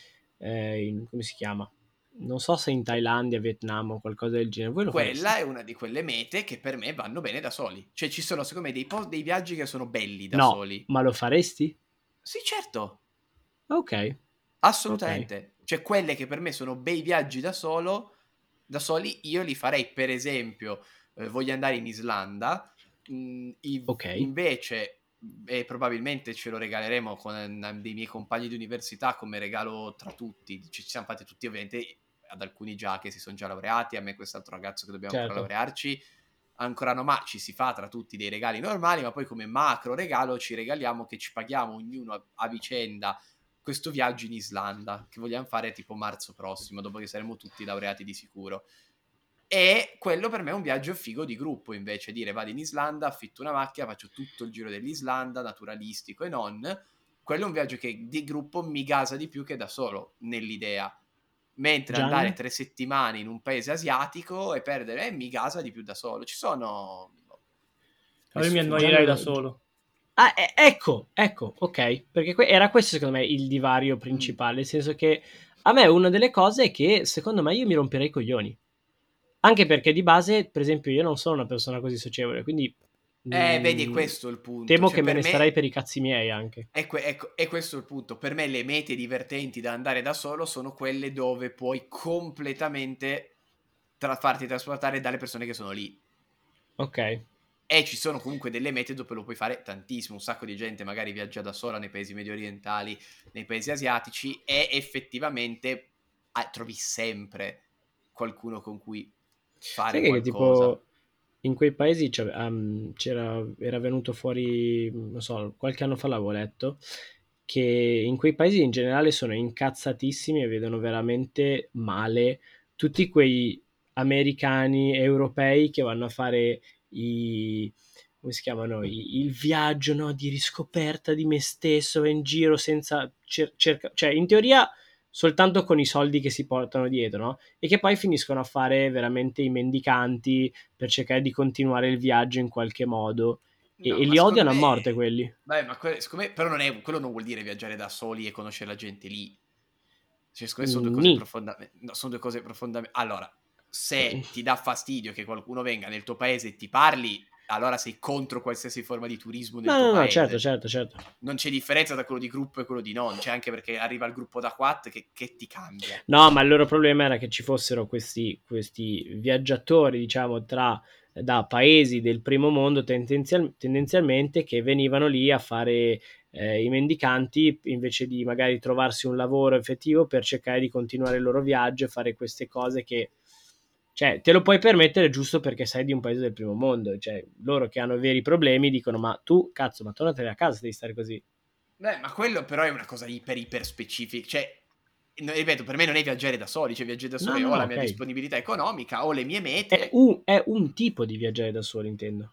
eh, in- come si chiama? Non so se in Thailandia, Vietnam o qualcosa del genere. Voi lo Quella fareste? è una di quelle mete che per me vanno bene da soli. Cioè ci sono secondo me dei, po- dei viaggi che sono belli da No, soli. ma lo faresti? Sì, certo. Ok. Assolutamente. Cioè quelle che per me sono bei viaggi da solo, da soli, io li farei. Per esempio, eh, voglio andare in Islanda. Mm, i- Ok. invece, e probabilmente ce lo regaleremo con eh, dei miei compagni di università come regalo tra tutti. Ci siamo fatti tutti, ovviamente, ad alcuni già che si sono già laureati, a me quest'altro ragazzo che dobbiamo ancora Certo. laurearci, ancora no, ma ci si fa tra tutti dei regali normali, ma poi come macro regalo ci regaliamo che ci paghiamo ognuno a, a vicenda questo viaggio in Islanda, che vogliamo fare tipo marzo prossimo, dopo che saremo tutti laureati di sicuro. E quello per me è un viaggio figo di gruppo, invece, dire vado in Islanda, affitto una macchina, faccio tutto il giro dell'Islanda, naturalistico e non. Quello è un viaggio che di gruppo mi gasa di più che da solo, nell'idea. Mentre andare Gian? tre settimane in un paese asiatico e perdere eh, mi gasa di più da solo. Ci sono le Allora io mi sfumature. annoierei da Gian... solo. Ah, e- ecco, ecco, ok. Perché que- era questo secondo me il divario Mm. principale, nel senso che a me una delle cose è che secondo me io mi romperei i coglioni. Anche perché di base, per esempio, io non sono una persona così socievole, quindi Eh, vedi, è mh, questo il punto. temo Cioè, che me per ne me starei per i cazzi miei anche. è, que- ecco, è questo il punto. Per me le mete divertenti da andare da solo sono quelle dove puoi completamente tra- farti trasportare dalle persone che sono lì. Ok. E ci sono comunque delle mete dove lo puoi fare tantissimo. Un sacco di gente magari viaggia da sola nei paesi medio orientali, nei paesi asiatici, e effettivamente ah, trovi sempre qualcuno con cui Sai fare che, che qualcosa. tipo in quei paesi c'è- um, c'era, era venuto fuori, non so, qualche anno fa l'avevo letto, che in quei paesi in generale sono incazzatissimi e vedono veramente male tutti quei americani, europei che vanno a fare i, come si chiamano, I- il viaggio, no, di riscoperta di me stesso, va in giro senza cer- cerca- cioè in teoria soltanto con i soldi che si portano dietro, no? E che poi finiscono a fare veramente i mendicanti per cercare di continuare il viaggio in qualche modo. E, No, e ma li secondo odiano a me... morte quelli. Beh, ma que- secondo me... Però non è... quello non vuol dire viaggiare da soli e conoscere la gente lì. Cioè, secondo me sono due cose Ni. profondamente... No, sono due cose profondamente... Allora, se ti dà fastidio che qualcuno venga nel tuo paese e ti parli, allora sei contro qualsiasi forma di turismo nel No, tuo no, no, certo, paese. certo, certo. Non c'è differenza tra quello di gruppo e quello di non. Cioè, anche perché arriva il gruppo da quatt che, che ti cambia. No, ma il loro problema era che ci fossero questi, questi viaggiatori, diciamo, tra da paesi del primo mondo tendenzial- tendenzialmente che venivano lì a fare eh, i mendicanti invece di magari trovarsi un lavoro effettivo per cercare di continuare il loro viaggio e fare queste cose che, cioè, te lo puoi permettere giusto perché sei di un paese del primo mondo. Cioè, loro che hanno veri problemi dicono: ma tu, cazzo, ma tornatene a casa, devi stare così. Beh, ma quello però è una cosa iper iper specifica. Cioè, no, ripeto, per me non è viaggiare da soli. Cioè, viaggiare da No, soli no, ho no, la mia ok. disponibilità economica, ho le mie È mete, un, è un tipo di viaggiare da solo, intendo.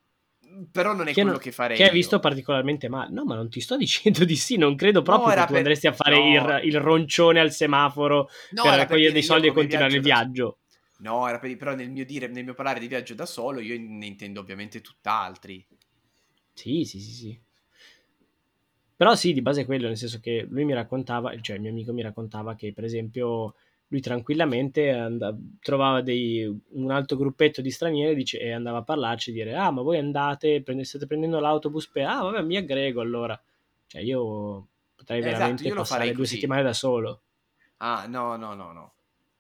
però non è Che, quello non- che farei che è visto io. particolarmente male. No, ma non ti sto dicendo di sì, non credo No, proprio che era tu per... andresti a fare No, il, il roncione al semaforo no, per era per raccogliere dire dei io soldi e come continuare viaggio il da solo. viaggio. No, era per, però nel mio dire, nel mio parlare di viaggio da solo, io ne intendo ovviamente tutt'altri. Sì, sì, sì, sì. Però sì, di base è quello, nel senso che lui mi raccontava, cioè il mio amico mi raccontava che per esempio lui tranquillamente and- trovava dei, un altro gruppetto di stranieri dice- e andava a parlarci e dire: ah, ma voi andate, prende- state prendendo l'autobus per... ah, vabbè, mi aggrego allora. Cioè io potrei Esatto, veramente io lo farei passare due così. settimane da solo. Ah, no, no, no, no.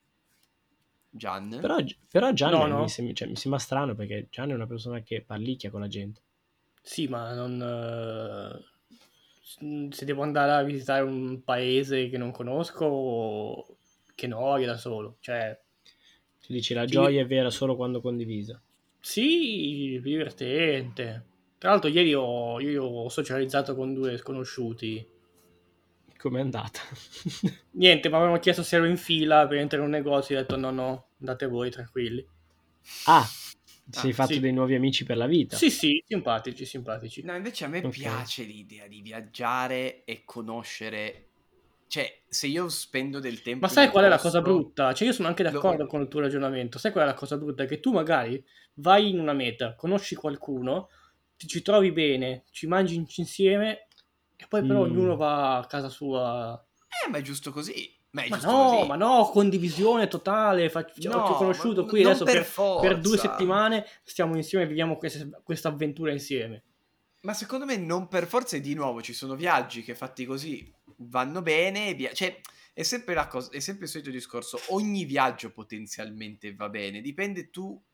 Gian? Però, però Gian No, mi, no. sem- cioè, mi sembra strano perché Gian è una persona che parlicchia con la gente. Sì, ma non... eh, s- se devo andare a visitare un paese che non conosco, che noia da solo. Cioè, Tu dici la ti- gioia è vera solo quando condivisa. sì, divertente. Tra l'altro ieri ho, io ho socializzato con due sconosciuti. Com'è andata? Niente, mi avevano chiesto se ero in fila per entrare in un negozio. Ho detto no, no, andate voi tranquilli. Ah, ti sei Ah, fatto Sì, dei nuovi amici per la vita. sì, sì, simpatici, simpatici. no, invece a me Ok. piace l'idea di viaggiare e conoscere. Cioè, se io spendo del Ma tempo in sai un qual è la cosa posto, brutta? Cioè io sono anche lo d'accordo voglio... con il tuo ragionamento. Sai qual è la cosa brutta? Che tu magari vai in una meta, conosci qualcuno, ti ci trovi bene, ci mangi in- insieme e poi però ognuno Mm. va a casa sua. Eh, ma è giusto così. Ma è Ma giusto no, ma così. no, condivisione totale. fac- cioè, ti ho No, ma conosciuto n- qui non adesso per per, per due forza. settimane, stiamo insieme e viviamo queste- questa avventura insieme. Ma secondo me non per forza, e di nuovo ci sono viaggi che fatti così vanno bene, e via. Cioè è sempre la cosa, è sempre il solito discorso, ogni viaggio potenzialmente va bene, dipende tu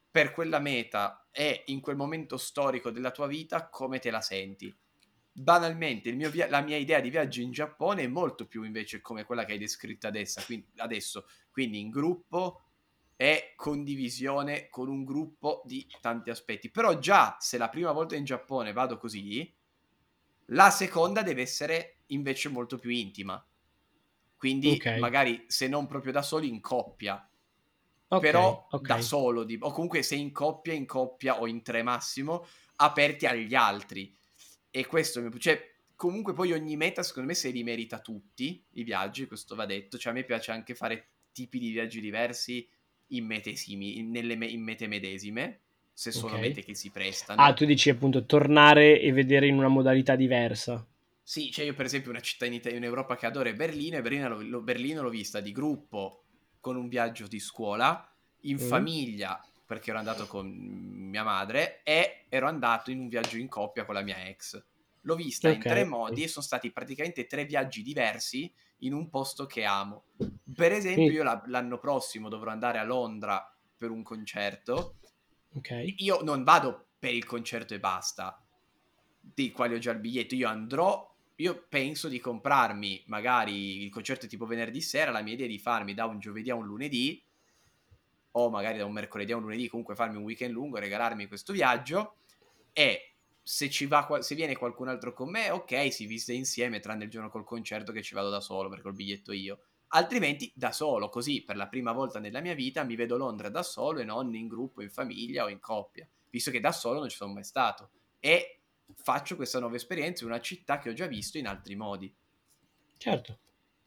per quella meta e in quel momento storico della tua vita come te la senti. Banalmente il mio via- la mia idea di viaggio in Giappone è molto più invece come quella che hai descritto adesso, quindi, adesso, quindi in gruppo e condivisione con un gruppo di tanti aspetti. Però già se la prima volta in Giappone vado così, la seconda deve essere invece molto più intima. Quindi Ok. magari se non proprio da soli in coppia, Ok, però ok. da solo, di- o comunque se in coppia, in coppia o in tre massimo, aperti agli altri. E questo, mi- cioè, comunque poi ogni meta secondo me se li merita tutti i viaggi, questo va detto. Cioè a me piace anche fare tipi di viaggi diversi in mete simili, in, nelle me- in mete medesime, se sono Ok. mete che si Ah, prestano. tu dici appunto tornare e vedere in una modalità diversa. Sì, cioè io per esempio una città in, Ita- in Europa che adoro è Berlino, e Berlino l'ho, l'ho- Berlino l'ho vista di gruppo con un viaggio di scuola, in Mm? famiglia perché ero andato con mia madre e ero andato in un viaggio in coppia con la mia ex. L'ho vista in Ok, tre ok. modi e sono stati praticamente tre viaggi diversi in un posto che amo. Per esempio Quindi, io la- l'anno prossimo dovrò andare a Londra per un concerto. ok, Io non vado per il concerto e basta, dei quali ho già il biglietto. Io andrò, io penso di comprarmi magari il concerto tipo venerdì sera. La mia idea è di farmi da un giovedì a un lunedì, o magari da un mercoledì a un lunedì, comunque farmi un weekend lungo, regalarmi questo viaggio. E se ci va, se viene qualcun altro con me, ok, si visita insieme, tranne il giorno col concerto che ci vado da solo perché ho il biglietto io. Altrimenti da solo, così per la prima volta nella mia vita mi vedo Londra da solo e non in gruppo, in famiglia o in coppia, visto che da solo non ci sono mai stato. E faccio questa nuova esperienza in una città che ho già visto in altri modi. certo.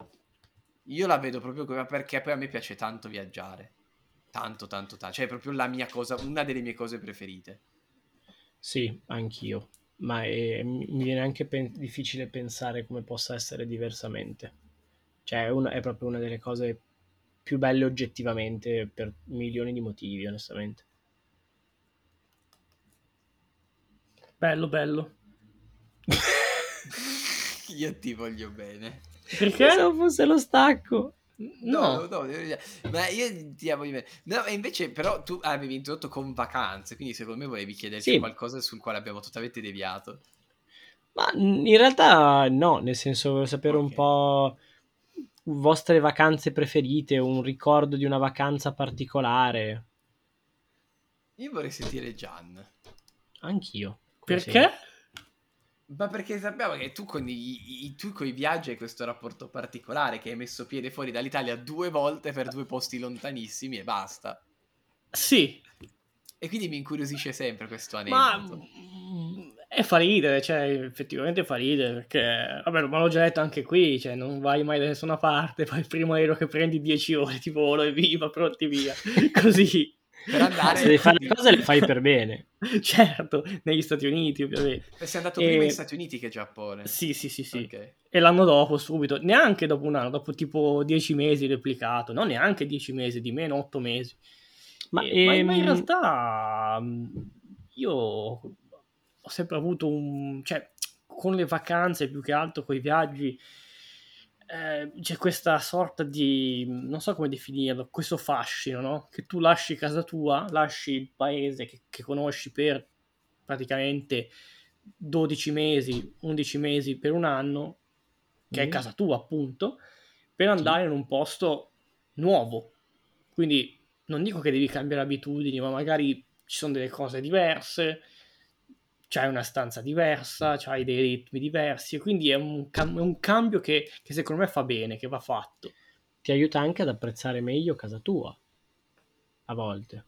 Io la vedo proprio come, perché poi a me piace tanto viaggiare. Tanto, tanto, tanto. Cioè è proprio la mia cosa, una delle mie cose preferite. Sì, anch'io. Ma è- mi mi viene anche pen- difficile pensare come possa essere diversamente. Cioè, è, una- è proprio una delle cose più belle oggettivamente per milioni di motivi, onestamente. Bello, bello. Io ti voglio bene. Perché? Pensavo fosse lo stacco. No, no, No. no, ma io ti amo di me. No, e invece però tu avevi introdotto con vacanze, quindi secondo me volevi chiederci Sì, qualcosa sul quale abbiamo totalmente deviato. ma in realtà no, nel senso volevo sapere un Ok. po' vostre vacanze preferite, un ricordo di una vacanza particolare. Io vorrei sentire Gian. Anch'io, come Perché? sempre. Ma perché sappiamo che tu con i, i, tu con i viaggi hai questo rapporto particolare, che hai messo piede fuori dall'Italia due volte per due posti lontanissimi e basta. Sì, E quindi mi incuriosisce sempre questo ma aneddoto. mm, e fa ridere, cioè effettivamente fa ridere perché, vabbè, ma l'ho già detto anche qui, cioè non vai mai da nessuna parte, poi il primo aereo che prendi dieci ore di volo e viva, pronti via, così. Per Eh, se andare devi fare le di... cose le fai per bene. Certo, negli Stati Uniti ovviamente. Sei andato prima in E... Stati Uniti che Giappone. Sì, sì, sì, sì. Ok. E l'anno dopo, subito, neanche dopo un anno, dopo tipo dieci mesi replicato, no, neanche dieci mesi, di meno otto mesi. Ma, E- ma, ma in ehm, realtà mh, io ho sempre avuto un... cioè, con le vacanze più che altro, con i viaggi, eh, c'è questa sorta di, non so come definirlo, questo fascino, no? Che tu lasci casa tua, lasci il paese che, che conosci per praticamente dodici mesi, undici mesi per un anno, che è mm, casa tua appunto, per sì, andare in un posto nuovo. Quindi non dico che devi cambiare abitudini, ma magari ci sono delle cose diverse, c'hai una stanza diversa, c'hai dei ritmi diversi, e quindi è un, cam- è un cambio che, che secondo me fa bene, che va fatto. ti aiuta anche ad apprezzare meglio casa tua, a volte.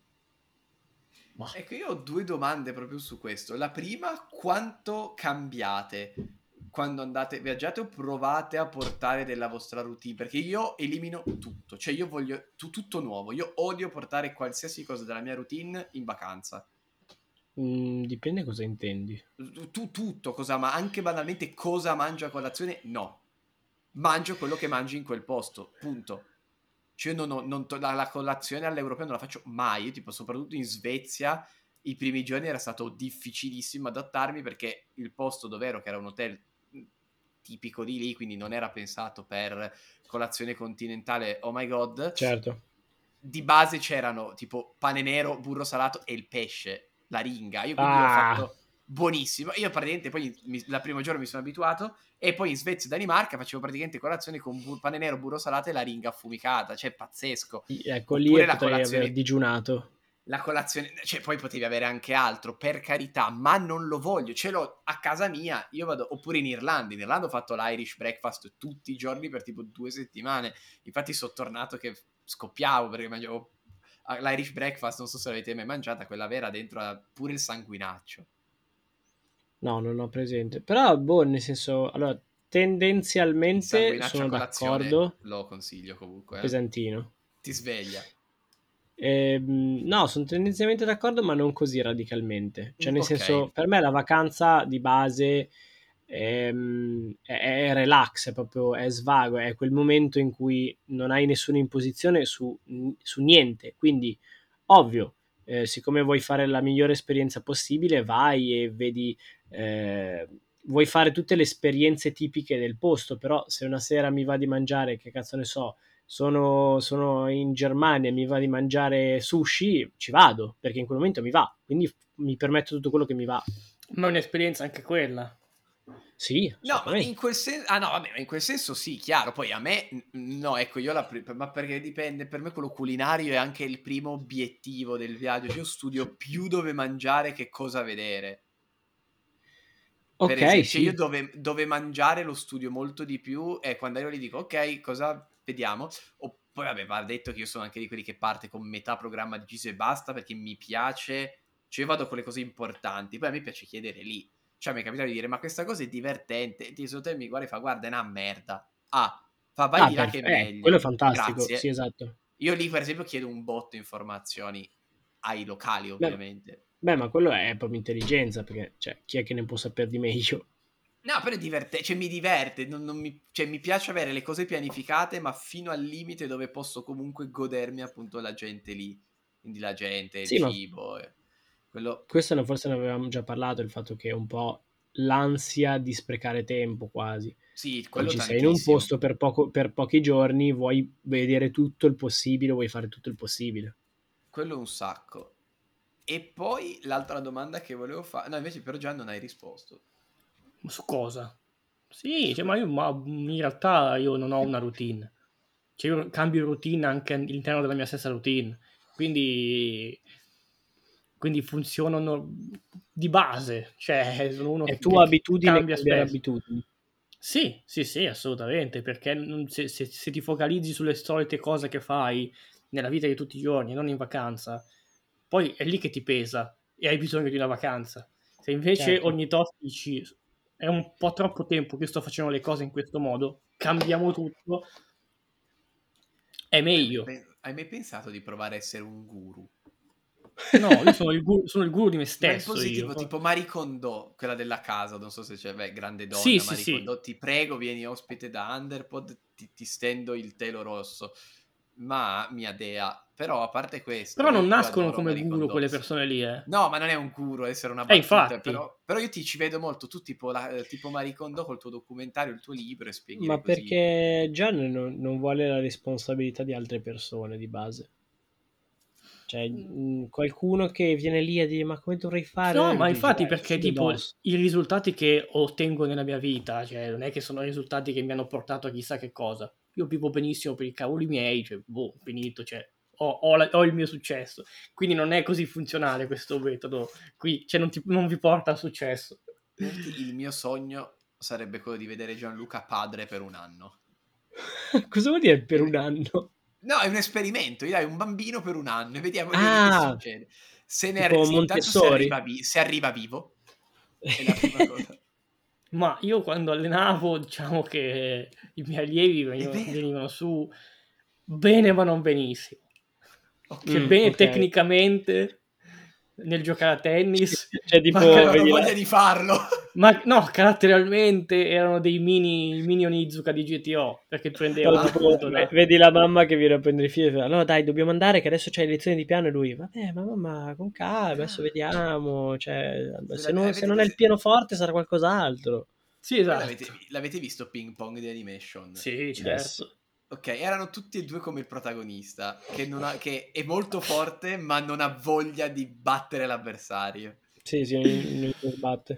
Ma Ecco, io ho due domande proprio su questo. La prima, quanto cambiate quando andate, viaggiate o provate a portare della vostra routine? Perché io elimino tutto, cioè io voglio tu- tutto nuovo. Io odio portare qualsiasi cosa della mia routine in vacanza. Mm, dipende cosa intendi. Tu tutto, cosa, ma anche banalmente cosa mangio a colazione? No. Mangio quello che mangi in quel posto, punto. Cioè io non ho, non to- la, la colazione all'europeo non la faccio mai. Io, tipo, soprattutto in Svezia, i primi giorni era stato difficilissimo adattarmi perché il posto dove ero, che era un hotel mh, tipico di lì, quindi non era pensato per colazione continentale, oh my god, Certo. di base c'erano tipo pane nero, burro salato e il pesce, la ringa. Io quindi Ah. l'ho fatto buonissimo. Io praticamente poi mi, la primo giorno mi sono abituato e poi in Svezia e Danimarca facevo praticamente colazione con bur- pane nero, burro salato e la ringa affumicata, cioè pazzesco. Ecco, lì Oppure la potrei colazione, aver digiunato. la colazione, cioè poi potevi avere anche altro, per carità, ma non lo voglio, ce l'ho a casa mia, io vado, oppure in Irlanda, in Irlanda ho fatto l'Irish breakfast tutti i giorni per tipo due settimane, infatti sono tornato che scoppiavo perché mangiavo l'Irish breakfast, non so se l'avete mai mangiata, quella vera, dentro ha pure il sanguinaccio. No, non ho presente. Però, boh, nel senso, allora, tendenzialmente Sanguinaccio sono a colazione d'accordo. lo consiglio comunque, eh. Pesantino. Ti sveglia. Ehm, no, sono tendenzialmente d'accordo, ma non così radicalmente. Cioè, nel Ok. senso, per me la vacanza di base ehm, è, è relax, è proprio è svago, è quel momento in cui non hai nessuna imposizione su, su niente. Quindi, ovvio, eh, siccome vuoi fare la migliore esperienza possibile, vai e vedi, eh, vuoi fare tutte le esperienze tipiche del posto, però se una sera mi va di mangiare, che cazzo ne so, sono, sono in Germania e mi va di mangiare sushi, ci vado, perché in quel momento mi va, quindi mi permetto tutto quello che mi va. Ma è un'esperienza anche quella. Sì, No, ma assolutamente. in quel senso, ah no, vabbè, ma in quel senso sì, chiaro. Poi a me, no, ecco, io la, ma perché dipende, per me quello culinario è anche il primo obiettivo del viaggio. Io studio più dove mangiare che cosa vedere. Per Ok, esempio, sì. io dove, dove mangiare lo studio molto di più e quando io gli dico, ok, cosa vediamo? O poi vabbè, va detto che io sono anche di quelli che parte con metà programma deciso e basta perché mi piace, cioè io vado con le cose importanti, poi a me piace chiedere lì. Cioè mi è capitato di dire, ma questa cosa è divertente, e ti sotto te mi guarda e fa, guarda, è una merda. Ah, fa, vai Ah, di là che è perfetto, eh, quello è meglio. fantastico, sì, Grazie. esatto. Io lì, per esempio, chiedo un botto informazioni ai locali, Beh, ovviamente. beh, ma quello è proprio intelligenza, perché cioè, chi è che ne può sapere di meglio? No, però è divertente, cioè mi diverte, non, non mi, cioè, mi piace avere le cose pianificate, ma fino al limite dove posso comunque godermi appunto la gente lì, quindi la gente, il Sì, ma cibo, eh. Quello questo ne- forse ne avevamo già parlato, il fatto che è un po' l'ansia di sprecare tempo quasi. sì, quello Oggi sei in un tantissimo, posto per, poco, per pochi giorni, vuoi vedere tutto il possibile, vuoi fare tutto il possibile. quello un sacco. E poi l'altra domanda che volevo fare, no invece però già non hai risposto. Su cosa? Sì, Su cioè, que- ma, io, ma in realtà io non ho una routine. Cioè, io cambio routine anche all'interno della mia stessa routine. Quindi, quindi funzionano di base. Cioè, sono uno È che, tua che- che abitudine cambia cambiare spesso. abitudini. Sì, sì, sì, assolutamente, perché non- se, se- se ti focalizzi sulle solite cose che fai nella vita di tutti i giorni, non in vacanza, poi è lì che ti pesa e hai bisogno di una vacanza. Se invece Certo. ogni tot dici è un po' troppo tempo che sto facendo le cose in questo modo, cambiamo tutto, è Hai mai, meglio. pe- hai mai pensato di provare a essere un guru? No, io sono il guru, sono il guru di me Ma in stesso, io. positivo, tipo Marie Kondo, quella della casa, non so se c'è, beh, grande Sì, donna, sì, Marie sì. Kondo, ti prego, vieni ospite da Underpod, ti, ti stendo il telo rosso. Ma, mia dea, però a parte questo, Però non io, io nascono adoro come Marie guru Kondo. quelle persone lì, eh. No, ma non è un guru, essere una Eh, battuta, infatti. però, però io ti ci vedo molto, tu tipo, la, eh, tipo Marie Kondo col tuo documentario, il tuo libro e spieghi le Ma così. perché Gian non, non vuole la responsabilità di altre persone di base. Cioè, mh, qualcuno che viene lì a dire ma come dovrei No, fare? ma Dici, infatti dai, perché figo tipo boss. i risultati che ottengo nella mia vita, cioè non è che sono risultati che mi hanno portato a chissà che cosa. Io vivo benissimo per i cavoli miei, cioè, boh, finito, cioè, ho, ho la- ho il mio successo. Quindi non è così funzionale questo metodo qui, cioè non, ti- non vi porta al successo. Dirti, il mio sogno sarebbe quello di vedere Gianluca padre per un anno. Cosa vuol dire per E- un anno? No, è un esperimento, gli dai un bambino per un anno e vediamo, vedi che Ah, succede. Se ne arri- tipo sì, intanto se Montessori. arriva, vi- se arriva vivo, è la prima cosa. Ma io quando allenavo, diciamo che i miei allievi È venivano, vero. venivano su bene ma non benissimo. Ok. Cioè Mm, bene ok. tecnicamente nel giocare a tennis, Cioè, ma, tipo, Avevano vedi voglia la... di farlo. ma no, caratterialmente erano dei mini mini Onizuka di G T O, perché No, prendevano Ah, tipo, appunto ve- da... vedi la mamma che viene a prendere il figlio e fa, no dai, dobbiamo andare che adesso c'hai lezioni di piano e lui, vabbè, ma mamma, con calma, adesso ah. vediamo, cioè, Voi se l'ave- non, se avete non è il prese- pianoforte sarà qualcos'altro. Sì, voi l'avete, esatto. l'avete visto Ping Pong di Animation? Sì, Yes. certo. Ok, erano tutti e due come il protagonista, che, non ha, che è molto forte ma non ha voglia di battere l'avversario. Sì, sì, non non sbatte.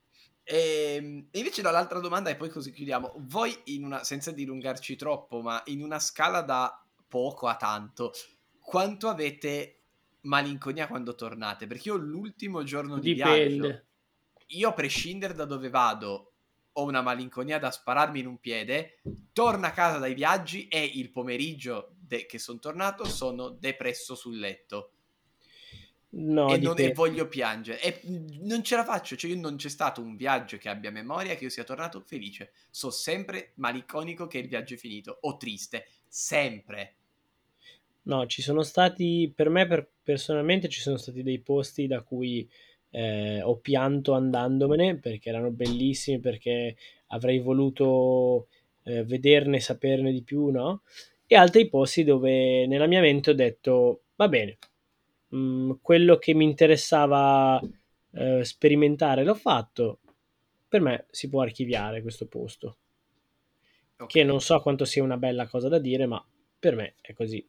E, e invece dall'altra domanda, e poi così chiudiamo. Voi, in una, senza dilungarci troppo, ma in una scala da poco a tanto, quanto avete malinconia quando tornate? Perché io l'ultimo giorno di viaggio, Dipende. io a prescindere da dove vado, ho una malinconia da spararmi in un piede, torno a casa dai viaggi e il pomeriggio de- che sono tornato sono depresso sul letto. No, E, non, e dipende. voglio piangere e non ce la faccio, cioè io non c'è stato un viaggio che abbia memoria che io sia tornato felice, so sempre malinconico che il viaggio è finito o triste, sempre. No, ci sono stati, per me per- personalmente ci sono stati dei posti da cui eh, ho pianto andandomene perché erano bellissimi, perché avrei voluto eh, vederne, saperne di più, no? E altri posti dove nella mia mente ho detto, va bene, mh, quello che mi interessava eh, sperimentare l'ho fatto, per me si può archiviare questo posto, Ok. che non so quanto sia una bella cosa da dire, ma per me è così.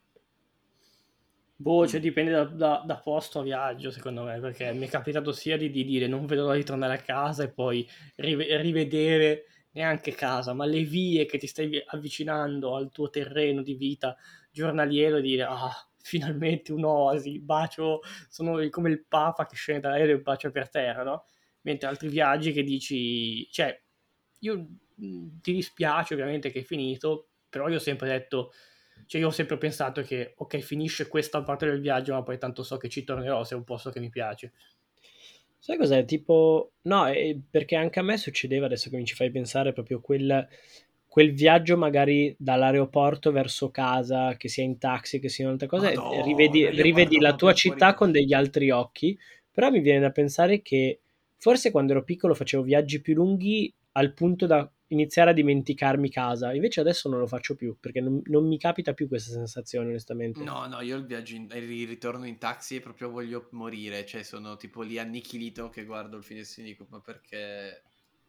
Boh, cioè Mm. dipende da, da- da posto a viaggio, secondo me, perché mi è capitato sia di, di dire non vedo l'ora di tornare a casa e poi rive- rivedere neanche casa, ma le vie che ti stai vi- avvicinando al tuo terreno di vita giornaliero e dire ah, finalmente un'oasi, bacio, sono il- come il Papa che scende dall'aereo e bacia per terra, no? Mentre altri viaggi che dici, cioè, io mh, ti dispiace ovviamente che è finito, però io ho sempre detto cioè io ho sempre pensato che ok, finisce questa parte del viaggio, ma poi tanto so che ci tornerò se è un posto che mi piace. Sai cos'è? Tipo, no, è- perché anche a me succedeva, adesso che mi ci fai pensare, proprio quel, quel viaggio magari dall'aeroporto verso casa, che sia in taxi, che sia in altre cose, e rivedi, Madonna, io rivedi guardo la tua proprio fuori città con così. degli altri occhi, però mi viene da pensare che forse quando ero piccolo facevo viaggi più lunghi al punto da iniziare a dimenticarmi casa, invece adesso non lo faccio più, perché non, non mi capita più questa sensazione, onestamente. No, no, io il viaggio in, il ritorno in taxi e proprio voglio morire, cioè sono tipo lì annichilito che guardo il finestrino e dico, ma perché...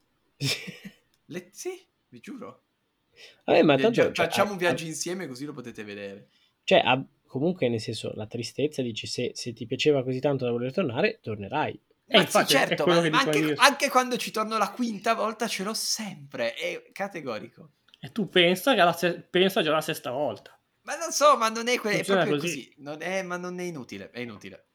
Le... Sì, vi giuro. Vabbè, ma Viaggia- tanto, cioè, Facciamo a- un a- viaggio insieme così lo potete vedere. Cioè, ha- comunque, nel senso, la tristezza dici, se, se ti piaceva così tanto da voler tornare, tornerai. E Ma sì, infatti è certo, ma, quello che ma dico anche, io. anche quando ci torno la quinta volta ce l'ho sempre, è categorico. E tu pensa, che alla se- pensa già la sesta volta. Ma non so, ma non è, que- è Funziona proprio così. così, non è, ma non è inutile, è inutile.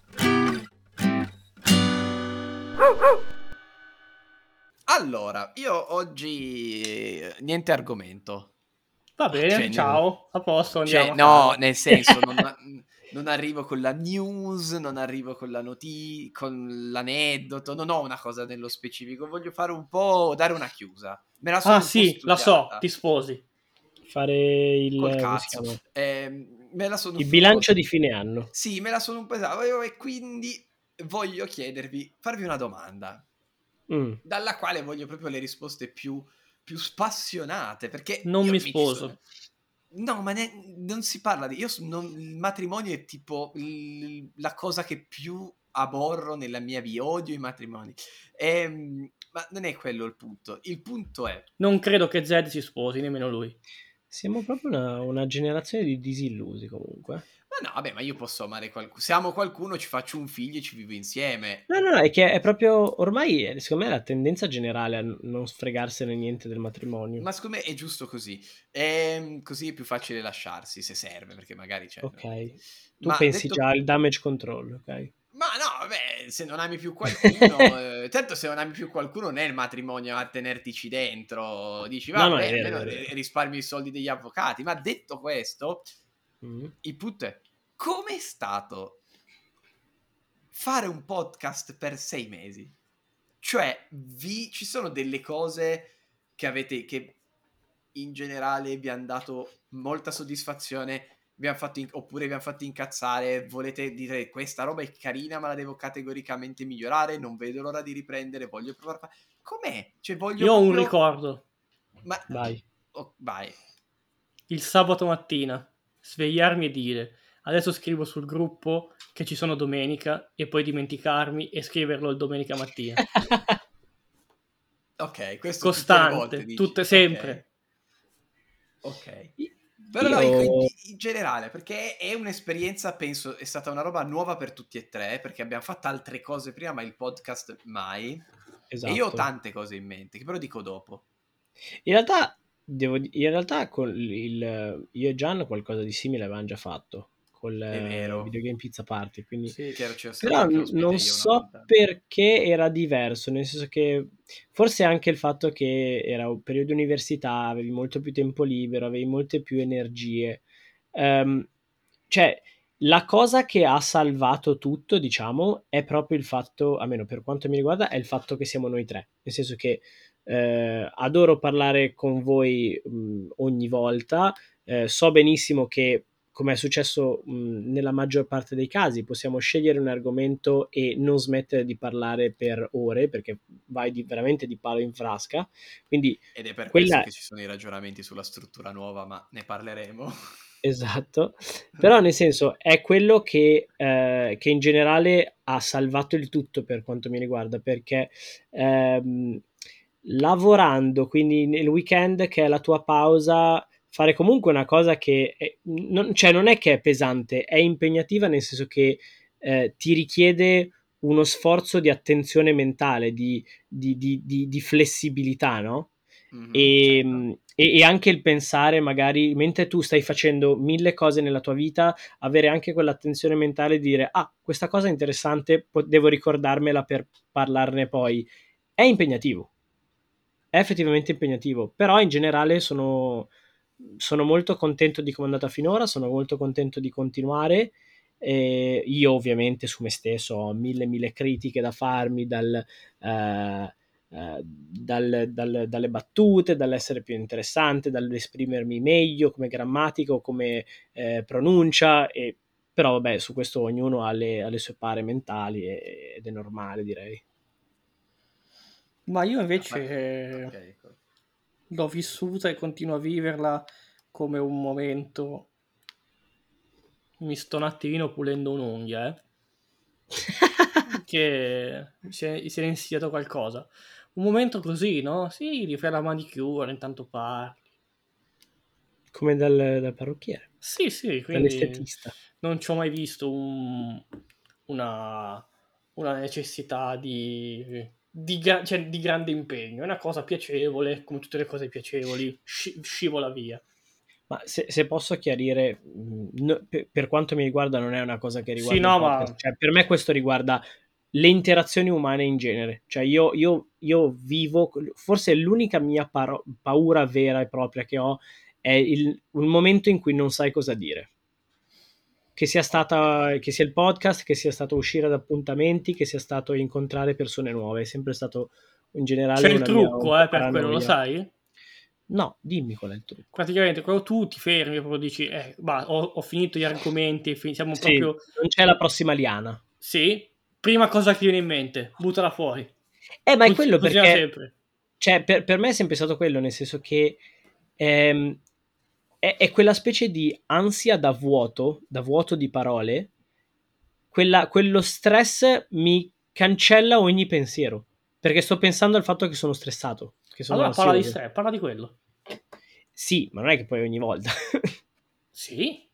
Allora, io oggi eh, niente argomento. Va Cioè, bene, nel, ciao, a posto, cioè, andiamo a no, casa. nel senso, non, non arrivo con la news, non arrivo con la notizia, con l'aneddoto, non ho una cosa nello specifico, voglio fare un po', dare una chiusa. Me la Ah sono un po' sì, la so, studiata, ti sposi. Fare col il, come si cazzo. chiama? Ehm, me la sono Il un po'... bilancio di fine anno. Sì, me la sono un po' esausta, e quindi voglio chiedervi, farvi una domanda, Mm. dalla quale voglio proprio le risposte più, più spassionate, perché Non io mi mi ci sono... sposo. No, ma ne- non si parla di... Io, s- non- il matrimonio è tipo il- la cosa che più aborro nella mia vita, odio i matrimoni. Ehm, ma non è quello il punto. Il punto è... Non credo che Zed si sposi, nemmeno lui. Siamo proprio una, una generazione di disillusi, comunque. Ma no, vabbè, ma io posso amare qualcuno. Se amo qualcuno, ci faccio un figlio e ci vivo insieme. No, no, no, è che è proprio, ormai, eh, secondo me, è la tendenza generale a n- non sfregarsene niente del matrimonio. Ma secondo me è giusto così. Ehm, così è più facile lasciarsi, se serve, perché magari c'è... Ok. Tu Ma pensi già detto... al damage control, ok? Ma no, vabbè, se non ami più qualcuno... eh, certo, se non ami più qualcuno non è il matrimonio a tenertici dentro. Dici, No, no, è vabbè, vero, è almeno vero, è ri- vero. risparmi i soldi degli avvocati. Ma detto questo, Mm. il punto è, com'è stato fare un podcast per sei mesi? Cioè, vi, ci sono delle cose che avete, che in generale vi hanno dato molta soddisfazione, vi hanno fatto in- oppure vi hanno fatto incazzare, volete dire questa roba è carina ma la devo categoricamente migliorare, non vedo l'ora di riprendere, voglio provare a fare... Com'è? Cioè, voglio Io ho un proprio... ricordo. Ma... Vai. oh, vai. Il sabato mattina, svegliarmi e dire adesso scrivo sul gruppo che ci sono domenica e poi dimenticarmi e scriverlo il domenica mattina. Ok, questo tutte le volte Costante, dici. tutte Ok, sempre. ok. Però no, in, Io... in generale, perché è un'esperienza, penso, è stata una roba nuova per tutti e tre, perché abbiamo fatto altre cose prima, ma il podcast mai. E io ho Esatto. tante cose in mente, che però dico dopo. In realtà, devo, di- in realtà con il, io e Gian qualcosa di simile avevamo già fatto col È eh, vero. Videogame Pizza Party, quindi... Sì. Che c'ero stato Però anche n- ospite non io una so puntata. perché era diverso, nel senso che forse anche il fatto che era un periodo di università, avevi molto più tempo libero, avevi molte più energie. Ehm, cioè, la cosa che ha salvato tutto, diciamo, è proprio il fatto, almeno per quanto mi riguarda, è il fatto che siamo noi tre. Nel senso che eh, adoro parlare con voi mh, ogni volta, eh, so benissimo che, come è successo mh, nella maggior parte dei casi, possiamo scegliere un argomento e non smettere di parlare per ore, perché vai di, veramente di palo in frasca. Quindi Ed è per questo quella... che ci sono i ragionamenti sulla struttura nuova, ma ne parleremo. Esatto, però nel senso è quello che, eh, che in generale ha salvato il tutto per quanto mi riguarda, perché ehm, lavorando, quindi nel weekend che è la tua pausa, fare comunque una cosa che è- non, cioè non è che è pesante, è impegnativa nel senso che eh, ti richiede uno sforzo di attenzione mentale, di, di, di, di, di flessibilità, no? Mhm, E, certo. e, e anche il pensare, magari mentre tu stai facendo mille cose nella tua vita, avere anche quell'attenzione mentale di dire: ah, questa cosa è interessante, po- devo ricordarmela per parlarne poi. È impegnativo, è effettivamente impegnativo, però in generale sono, sono molto contento di come è andata finora, sono molto contento di continuare. E io ovviamente su me stesso ho mille mille critiche da farmi dal, eh, eh, dal- dal- dalle battute, dall'essere più interessante, dall'esprimermi meglio come grammatica o come eh, pronuncia, e, però vabbè, su questo ognuno ha le, ha le sue pare mentali e- ed è normale, direi. Ma io A invece parte- eh, Ok, ecco. l'ho vissuta e continuo a viverla come un momento. Mi sto un attimino pulendo un'unghia, eh. Che si è, si è iniziato qualcosa. Un momento così, no? Sì, di fare la manicure, intanto parli. Come dal, dal parrucchiere, Sì, sì, quindi dall'estetista. non ci ho mai visto un- una, una necessità di, di, gra- cioè, di grande impegno. È una cosa piacevole, come tutte le cose piacevoli, sci- scivola via. Ma se, se posso chiarire, mh, no- per, per quanto mi riguarda non è una cosa che Sì, riguarda il no, podcast, ma cioè per me questo riguarda le interazioni umane in genere, cioè io, io- io vivo, forse l'unica mia paro- paura vera e propria che ho è il, il momento in cui non sai cosa dire, che sia stata, Ok. che sia il podcast, che sia stato uscire ad appuntamenti, che sia stato incontrare persone nuove, è sempre stato in generale c'è il una mia un trucco, po' eh, per quello, lo paranoia. sai? No, dimmi qual è il trucco. Praticamente quando tu ti fermi e proprio dici, eh, bah, ho, ho finito gli argomenti, fi- siamo Sì, proprio... non c'è la prossima liana. Sì, prima cosa che ti viene in mente, buttala fuori. Eh, ma è Funz- quello funziona perché, sempre. cioè, per, per me è sempre stato quello, nel senso che ehm, è, è quella specie di ansia da vuoto, da vuoto di parole, quella- quello stress mi cancella ogni pensiero, perché sto pensando al fatto che sono stressato, che sono Allora parla di ansioso. sé, parla di quello. Sì, ma non è che poi ogni volta. Sì,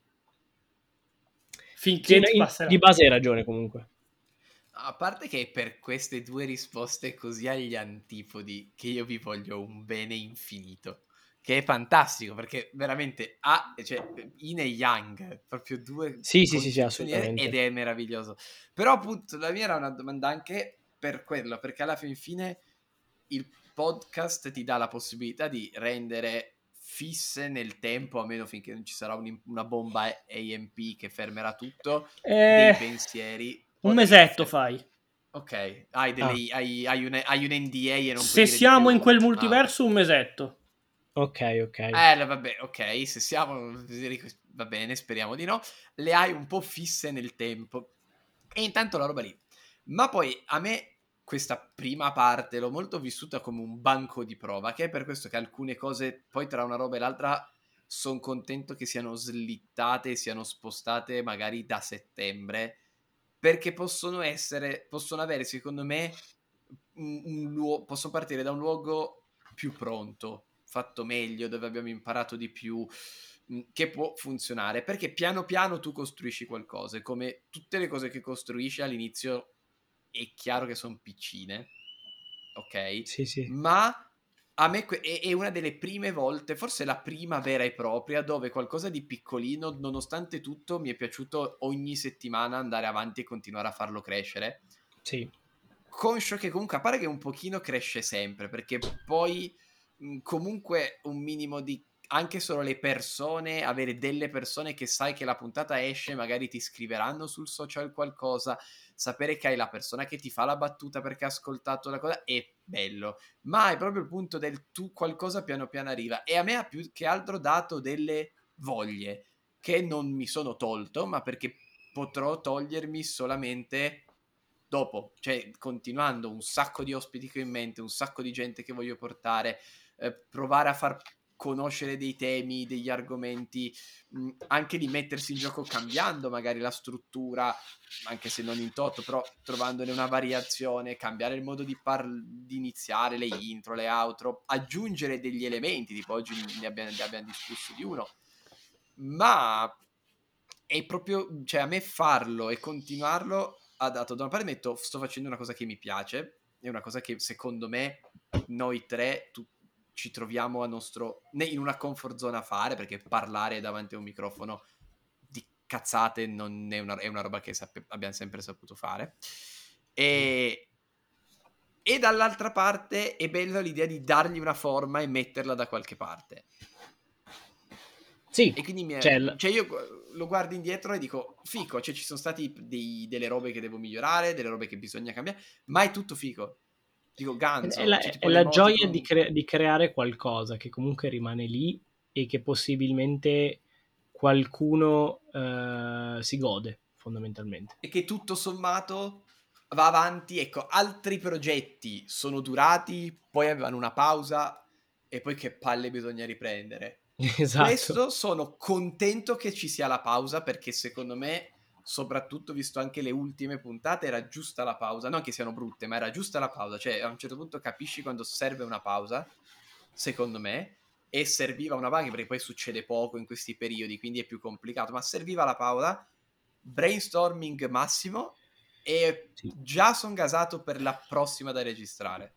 Sì, finché no, ti in- di passerà. base hai ragione comunque. A parte che per queste due risposte così agli antipodi che io vi voglio un bene infinito, che è fantastico perché veramente ha, cioè, yin e yang, proprio due Sì, sì, sì, sì, concezioni ed assolutamente. è meraviglioso. Però appunto la mia era una domanda anche per quello, perché alla fin fine il podcast ti dà la possibilità di rendere fisse nel tempo, a meno finché non ci sarà un- una bomba A M P che fermerà tutto, Eh, dei pensieri o un delle mesetto affermazioni. fai. Ok, hai, Ah, delle, hai, hai un, hai un N D A e non puoi Se dire di siamo in più? quel Ah, ok. multiverso, un mesetto. ok, ok. Eh, le- vabbè, ok, se siamo, va bene, speriamo di no, le hai un po' fisse nel tempo. E intanto la roba lì. Ma poi a me questa prima parte l'ho molto vissuta come un banco di prova, che è per questo che alcune cose, poi tra una roba e l'altra, sono contento che siano slittate, siano spostate magari da settembre, perché possono essere, possono avere secondo me un, un luogo, possono partire da un luogo più pronto fatto meglio, dove abbiamo imparato di più, mh, che può funzionare, perché piano piano tu costruisci qualcosa, e come tutte le cose che costruisci all'inizio è chiaro che sono piccine, ok? Sì, sì. Ma a me que- è, è una delle prime volte, forse la prima vera e propria, dove qualcosa di piccolino, nonostante tutto, mi è piaciuto ogni settimana andare avanti e continuare a farlo crescere. Sì. Conscio che comunque, a parte che un pochino cresce sempre, perché poi mh, comunque un minimo di, anche solo le persone, avere delle persone che sai che la puntata esce, magari ti scriveranno sul social qualcosa, sapere che hai la persona che ti fa la battuta perché ha ascoltato la cosa, è bello. Ma è proprio il punto del tu qualcosa piano piano arriva, e a me ha più che altro dato delle voglie che non mi sono tolto, ma perché potrò togliermi solamente dopo, cioè continuando, un sacco di ospiti che ho in mente, un sacco di gente che voglio portare, eh, provare a far conoscere dei temi, degli argomenti, mh, anche di mettersi in gioco cambiando magari la struttura, anche se non in toto, però trovandone una variazione, cambiare il modo di, par- di iniziare le intro, le outro, aggiungere degli elementi, tipo oggi ne abbiamo, ne abbiamo discusso di uno, ma è proprio, cioè a me farlo e continuarlo ha dato, da una parte metto, sto facendo una cosa che mi piace, è una cosa che secondo me noi tre tu, ci troviamo a nostro, in una comfort zone a fare, perché parlare davanti a un microfono di cazzate non è una, è una roba che sape, abbiamo sempre saputo fare, e, e dall'altra parte è bella l'idea di dargli una forma e metterla da qualche parte. Sì, E quindi mi è, cioè, l- cioè io lo guardo indietro e dico fico, cioè ci sono stati dei, delle robe che devo migliorare, delle robe che bisogna cambiare, ma è tutto fico. Dico è ganzo, la, cioè è tipo la gioia di, l'emoticon. cre- di creare qualcosa che comunque rimane lì e che possibilmente qualcuno eh, si gode, fondamentalmente. E che tutto sommato va avanti. Ecco, altri progetti sono durati, poi avevano una pausa e poi che palle bisogna riprendere. Esatto. Questo sono contento che ci sia la pausa, perché secondo me, soprattutto visto anche le ultime puntate, era giusta la pausa. Non che siano brutte, ma era giusta la pausa. Cioè a un certo punto capisci quando serve una pausa, secondo me, e serviva una pausa, perché poi succede poco in questi periodi, quindi è più complicato, ma serviva la pausa, brainstorming massimo, e Sì. già sono gasato per la prossima da registrare.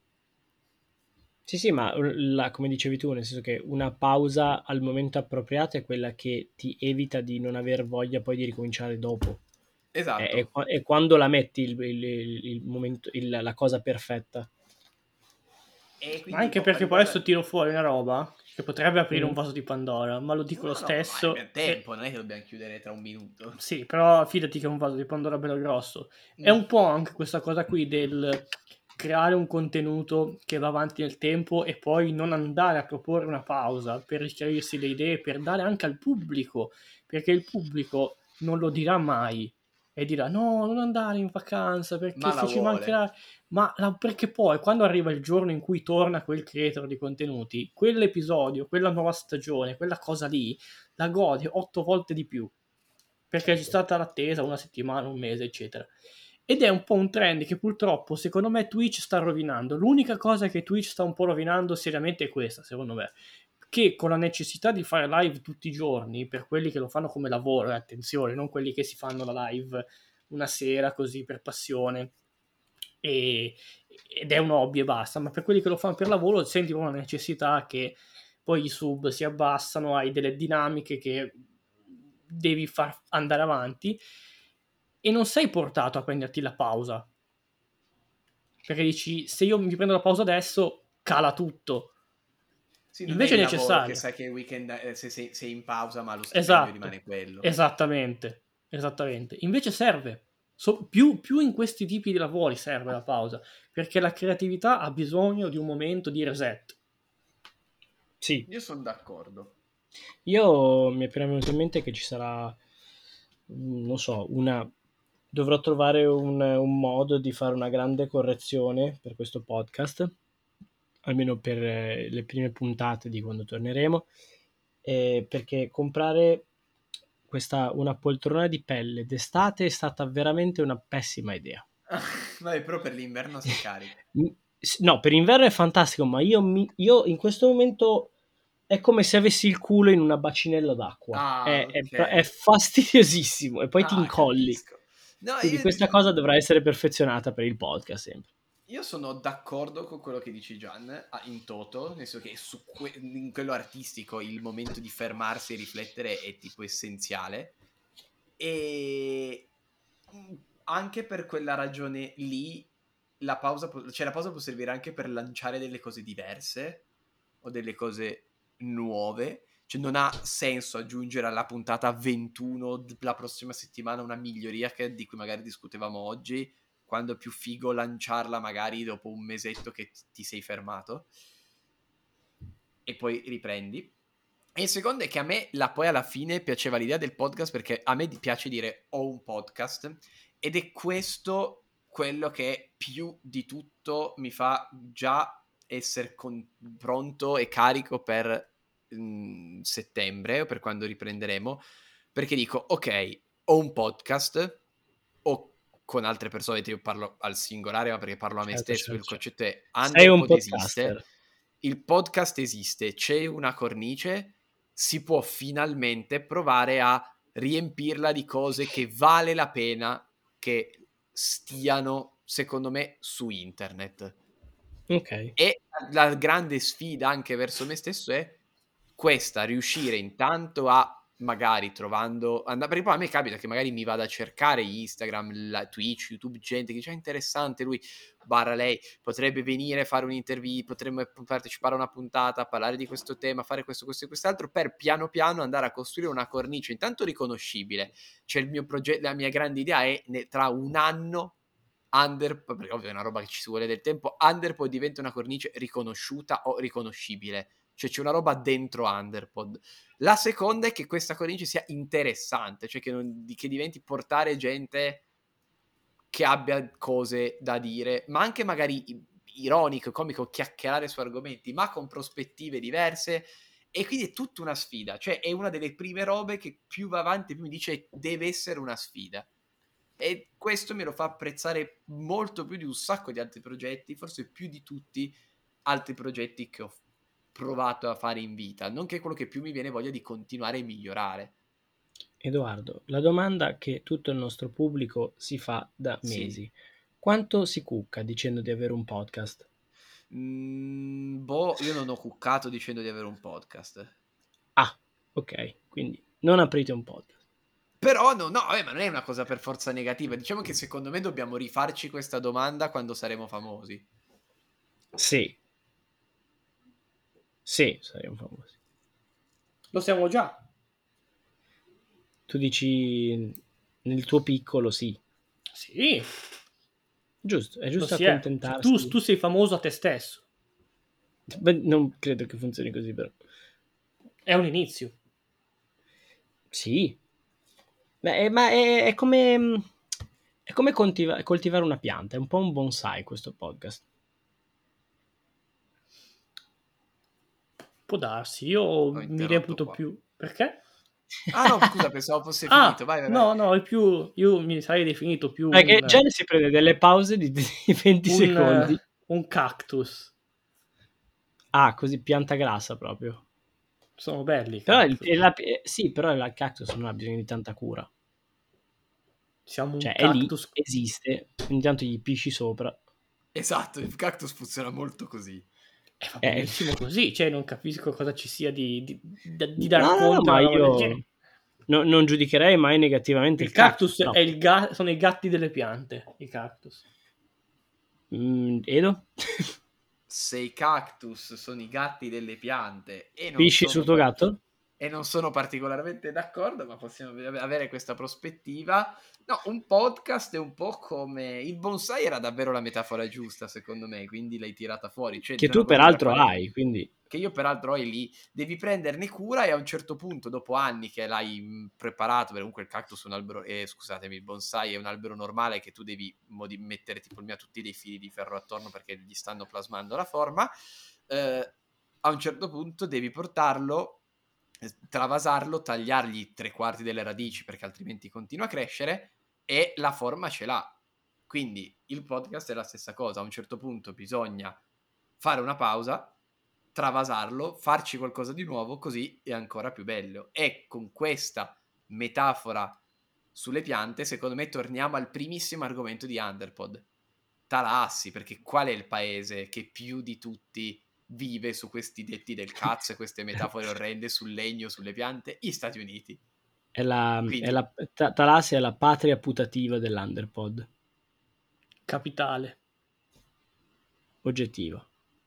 Sì, sì, ma la- come dicevi tu, nel senso che una pausa al momento appropriato è quella che ti evita di non aver voglia poi di ricominciare dopo. È, è Esatto. qua- è quando la metti il, il- il- il momento, il- la cosa perfetta. E Ma quindi anche boh, perché poi riguarda... adesso tiro fuori una roba che potrebbe aprire un Mm. vaso di Pandora, ma lo dico lo No, no, ma vai, abbiamo stesso. E... tempo, non è che dobbiamo chiudere tra un minuto. Sì, però fidati che è un vaso di Pandora bello grosso. È Mm. un po' anche questa cosa qui del creare un contenuto che va avanti nel tempo e poi non andare a proporre una pausa per richiarirsi le idee, per dare anche al pubblico, perché il pubblico non lo dirà mai e dirà no, non andare in vacanza perché Ma la se ci vuole. mancherà, ma la- perché poi quando arriva il giorno in cui torna quel creator di contenuti, quell'episodio, quella nuova stagione, quella cosa lì, la gode otto volte di più perché c'è stata l'attesa una settimana, un mese, eccetera. Ed è un po' un trend che purtroppo, secondo me, Twitch sta rovinando. L'unica cosa che Twitch sta un po' rovinando seriamente è questa, secondo me. Che con la necessità di fare live tutti i giorni, per quelli che lo fanno come lavoro, eh, attenzione, non quelli che si fanno la live una sera così per passione, e, ed è un hobby e basta, ma per quelli che lo fanno per lavoro senti una necessità che poi i sub si abbassano, hai delle dinamiche che devi far andare avanti e non sei portato a prenderti la pausa perché dici se io mi prendo la pausa adesso cala tutto, Sì, non è invece è il lavoro che necessario. sai che il weekend eh, se sei, sei in pausa, ma lo stipendio Esatto, rimane quello. esattamente, esattamente. Invece serve, So- più, più in questi tipi di lavori serve la pausa, perché la creatività ha bisogno di un momento di reset. Sì, Io sono d'accordo. io mi è appena venuto in mente che ci sarà, mm, non so, una... Dovrò trovare un, un modo di fare una grande correzione per questo podcast, almeno per eh, le prime puntate di quando torneremo, eh, perché comprare questa, una poltrona di pelle d'estate è stata veramente una pessima idea. Vabbè, però per l'inverno sei carico. No, per inverno è fantastico, ma io, mi, io in questo momento è come se avessi il culo in una bacinella d'acqua. Ah, È, è ok. è fastidiosissimo e poi ti Ah, incolli. capisco. No, Quindi io, questa cosa dovrà essere perfezionata per il podcast sempre. io sono d'accordo con quello che dici Gian, ah, in toto, nel senso che su que- in quello artistico il momento di fermarsi e riflettere è tipo essenziale. E mm, anche per quella ragione lì, la pausa, può- cioè la pausa può servire anche per lanciare delle cose diverse o delle cose nuove. Cioè non ha senso aggiungere alla puntata ventuno d- la prossima settimana una miglioria che- di cui magari discutevamo oggi, quando è più figo lanciarla magari dopo un mesetto che ti- ti sei fermato e poi riprendi. E il secondo è che a me la, poi alla fine piaceva l'idea del podcast, perché a me piace dire ho un podcast, ed è questo quello che più di tutto mi fa già essere con- pronto e carico per mm, settembre o per quando riprenderemo, perché dico ok, ho un podcast o con altre persone, io parlo al singolare ma perché parlo a me Certo, stesso, certo, il certo. concetto è Sei un Underpod esiste, podcaster. il podcast esiste, c'è una cornice, si può finalmente provare a riempirla di cose che vale la pena che stiano, secondo me, su internet. Ok. E la grande sfida anche verso me stesso è questa, riuscire intanto a magari trovando, and- perché poi a me capita che magari mi vada a cercare Instagram, la, Twitch, YouTube, gente che dice "Ah, interessante lui, barra lei, potrebbe venire a fare un'intervista, potremmo partecipare a una puntata, parlare di questo tema, fare questo, questo e quest'altro", per piano piano andare a costruire una cornice intanto riconoscibile. Cioè il mio progetto, la mia grande idea è ne- tra un anno Under, perché ovvio è una roba che ci si vuole del tempo, Underpod diventa una cornice riconosciuta o riconoscibile, cioè c'è una roba dentro Underpod. La seconda è che questa cornice sia interessante, cioè che, non, che diventi portare gente che abbia cose da dire, ma anche magari ironico, comico, chiacchierare su argomenti, ma con prospettive diverse. E quindi è tutta una sfida, cioè è una delle prime robe che più va avanti più mi dice deve essere una sfida. E questo me lo fa apprezzare molto più di un sacco di altri progetti, forse più di tutti altri progetti che ho provato a fare in vita, nonché quello che più mi viene voglia di continuare a migliorare. Edoardo, la domanda che tutto il nostro pubblico si fa da Sì. mesi. Quanto si cucca dicendo di avere un podcast? Mm, boh, io non ho cuccato dicendo di avere un podcast. Ah, ok, quindi non aprite un podcast. Però no, no, eh, ma non è una cosa per forza negativa. Diciamo che secondo me dobbiamo rifarci questa domanda quando saremo famosi. Sì. Sì, saremo famosi. Lo siamo già. Tu dici nel tuo piccolo, sì. Sì, Giusto, è lo giusto si è. Cioè, tu, accontentarsi. tu sei famoso a te stesso. Beh, non credo che funzioni così, però. È un inizio. Sì. Beh, è- ma è, è come, è come coltiva- coltivare una pianta, è un po' un bonsai questo podcast. Può darsi. Io Ho mi interrotto reputo qua. più... Perché? Ah no, scusa, pensavo fosse Ah, finito. Vai, vai, vai. no, no, è più... Io mi sarei definito più Perché un... Gian si prende delle pause di, di venti un, secondi. eh, un cactus. Ah, così pianta grassa proprio. Sono belli i Però il, cactus. la- eh, sì, però il cactus non ha bisogno di tanta cura. Siamo un Cioè, è lì, cactus... esiste, ogni tanto gli pisci sopra. Esatto, il cactus funziona molto così. E va Eh, benissimo così. Cioè, non capisco cosa ci sia di, di, di, di no, dar no, no, contro ma una roba del io genere. no- non giudicherei mai negativamente il, Il cactus. cactus Però. è il ga- sono i gatti delle piante. I cactus. Mm, Edo? Se i cactus sono i gatti delle piante e non Pisci sul sono, tuo par- gatto? e non sono particolarmente d'accordo, ma possiamo ave- avere questa prospettiva. No, un podcast è un po' come il bonsai, era davvero la metafora giusta, secondo me, quindi l'hai tirata fuori. Cioè, Che è una tu cosa della peraltro quale hai, quindi... che io peraltro ho lì, devi prenderne cura e a un certo punto, dopo anni che l'hai mh, preparato, perché comunque il cactus è un albero, eh, scusatemi, il bonsai è un albero normale che tu devi modi- mettere tipo il mio a tutti dei fili di ferro attorno perché gli stanno plasmando la forma, eh, a un certo punto devi portarlo, eh, travasarlo, tagliargli tre quarti delle radici perché altrimenti continua a crescere e la forma ce l'ha. Quindi il podcast è la stessa cosa, a un certo punto bisogna fare una pausa, travasarlo, farci qualcosa di nuovo, così è ancora più bello. E con questa metafora sulle piante, secondo me torniamo al primissimo argomento di Underpod, Talassi, perché qual è il paese che più di tutti vive su questi detti del cazzo e queste metafore orrende sul legno, sulle piante? Gli Stati Uniti. È la, Quindi, è la, Ta- Talassi è la patria putativa dell'Underpod. Capitale. Oggettivo.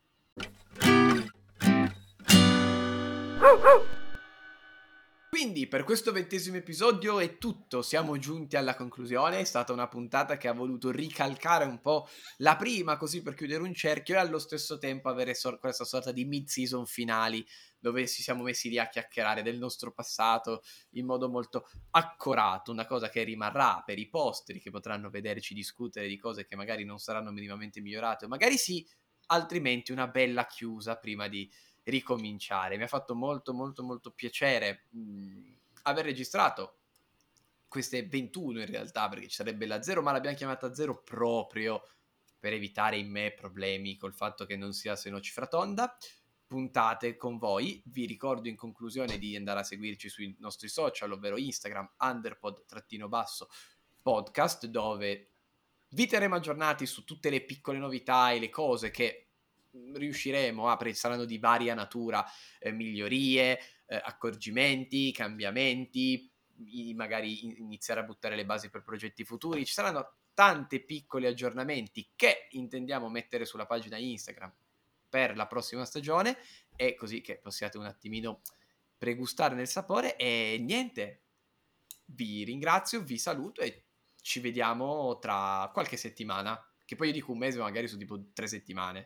Quindi per questo ventesimo episodio è tutto, siamo giunti alla conclusione, è stata una puntata che ha voluto ricalcare un po' la prima, così per chiudere un cerchio, e allo stesso tempo avere so- questa sorta di mid-season finali, dove ci siamo messi lì a chiacchierare del nostro passato in modo molto accorato, una cosa che rimarrà per i posteri che potranno vederci discutere di cose che magari non saranno minimamente migliorate, o magari sì, altrimenti una bella chiusa prima di ricominciare. Mi ha fatto molto molto molto piacere mh, aver registrato queste ventuno in realtà, perché ci sarebbe la zero, ma l'abbiamo chiamata zero proprio per evitare in me problemi col fatto che non sia seno cifra tonda. Puntate con voi, vi ricordo in conclusione di andare a seguirci sui nostri social, ovvero Instagram underpod-basso podcast, dove vi terremo aggiornati su tutte le piccole novità e le cose che riusciremo a, perché saranno di varia natura, eh, migliorie, eh, accorgimenti, cambiamenti, i- magari in- iniziare a buttare le basi per progetti futuri. Ci saranno tanti piccoli aggiornamenti che intendiamo mettere sulla pagina Instagram per la prossima stagione, e così che possiate un attimino pregustare nel sapore. E niente, vi ringrazio, vi saluto e ci vediamo tra qualche settimana, che poi io dico un mese, ma magari su tipo tre settimane.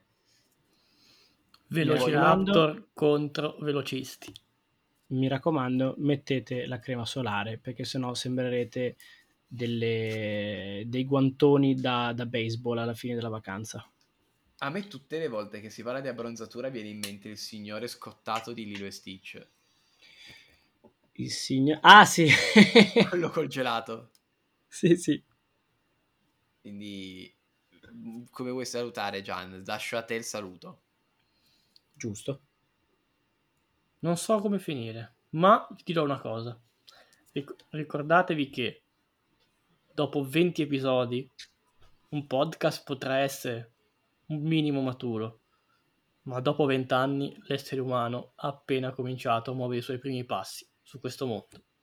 Velociraptor contro velocisti. Mi raccomando, mettete la crema solare, perché sennò sembrerete delle, dei guantoni da, da baseball alla fine della vacanza. A me tutte le volte che si parla di abbronzatura viene in mente il signore scottato di Lilo e Stitch. Il signor... Ah, sì! Quello col gelato. Sì, sì. Quindi, come vuoi salutare, Gian? Lascio a te il saluto. Giusto. Non so come finire, ma vi dirò una cosa. Ric- ricordatevi che dopo venti episodi un podcast potrà essere un minimo maturo, ma dopo venti anni l'essere umano ha appena cominciato a muovere i suoi primi passi su questo mondo.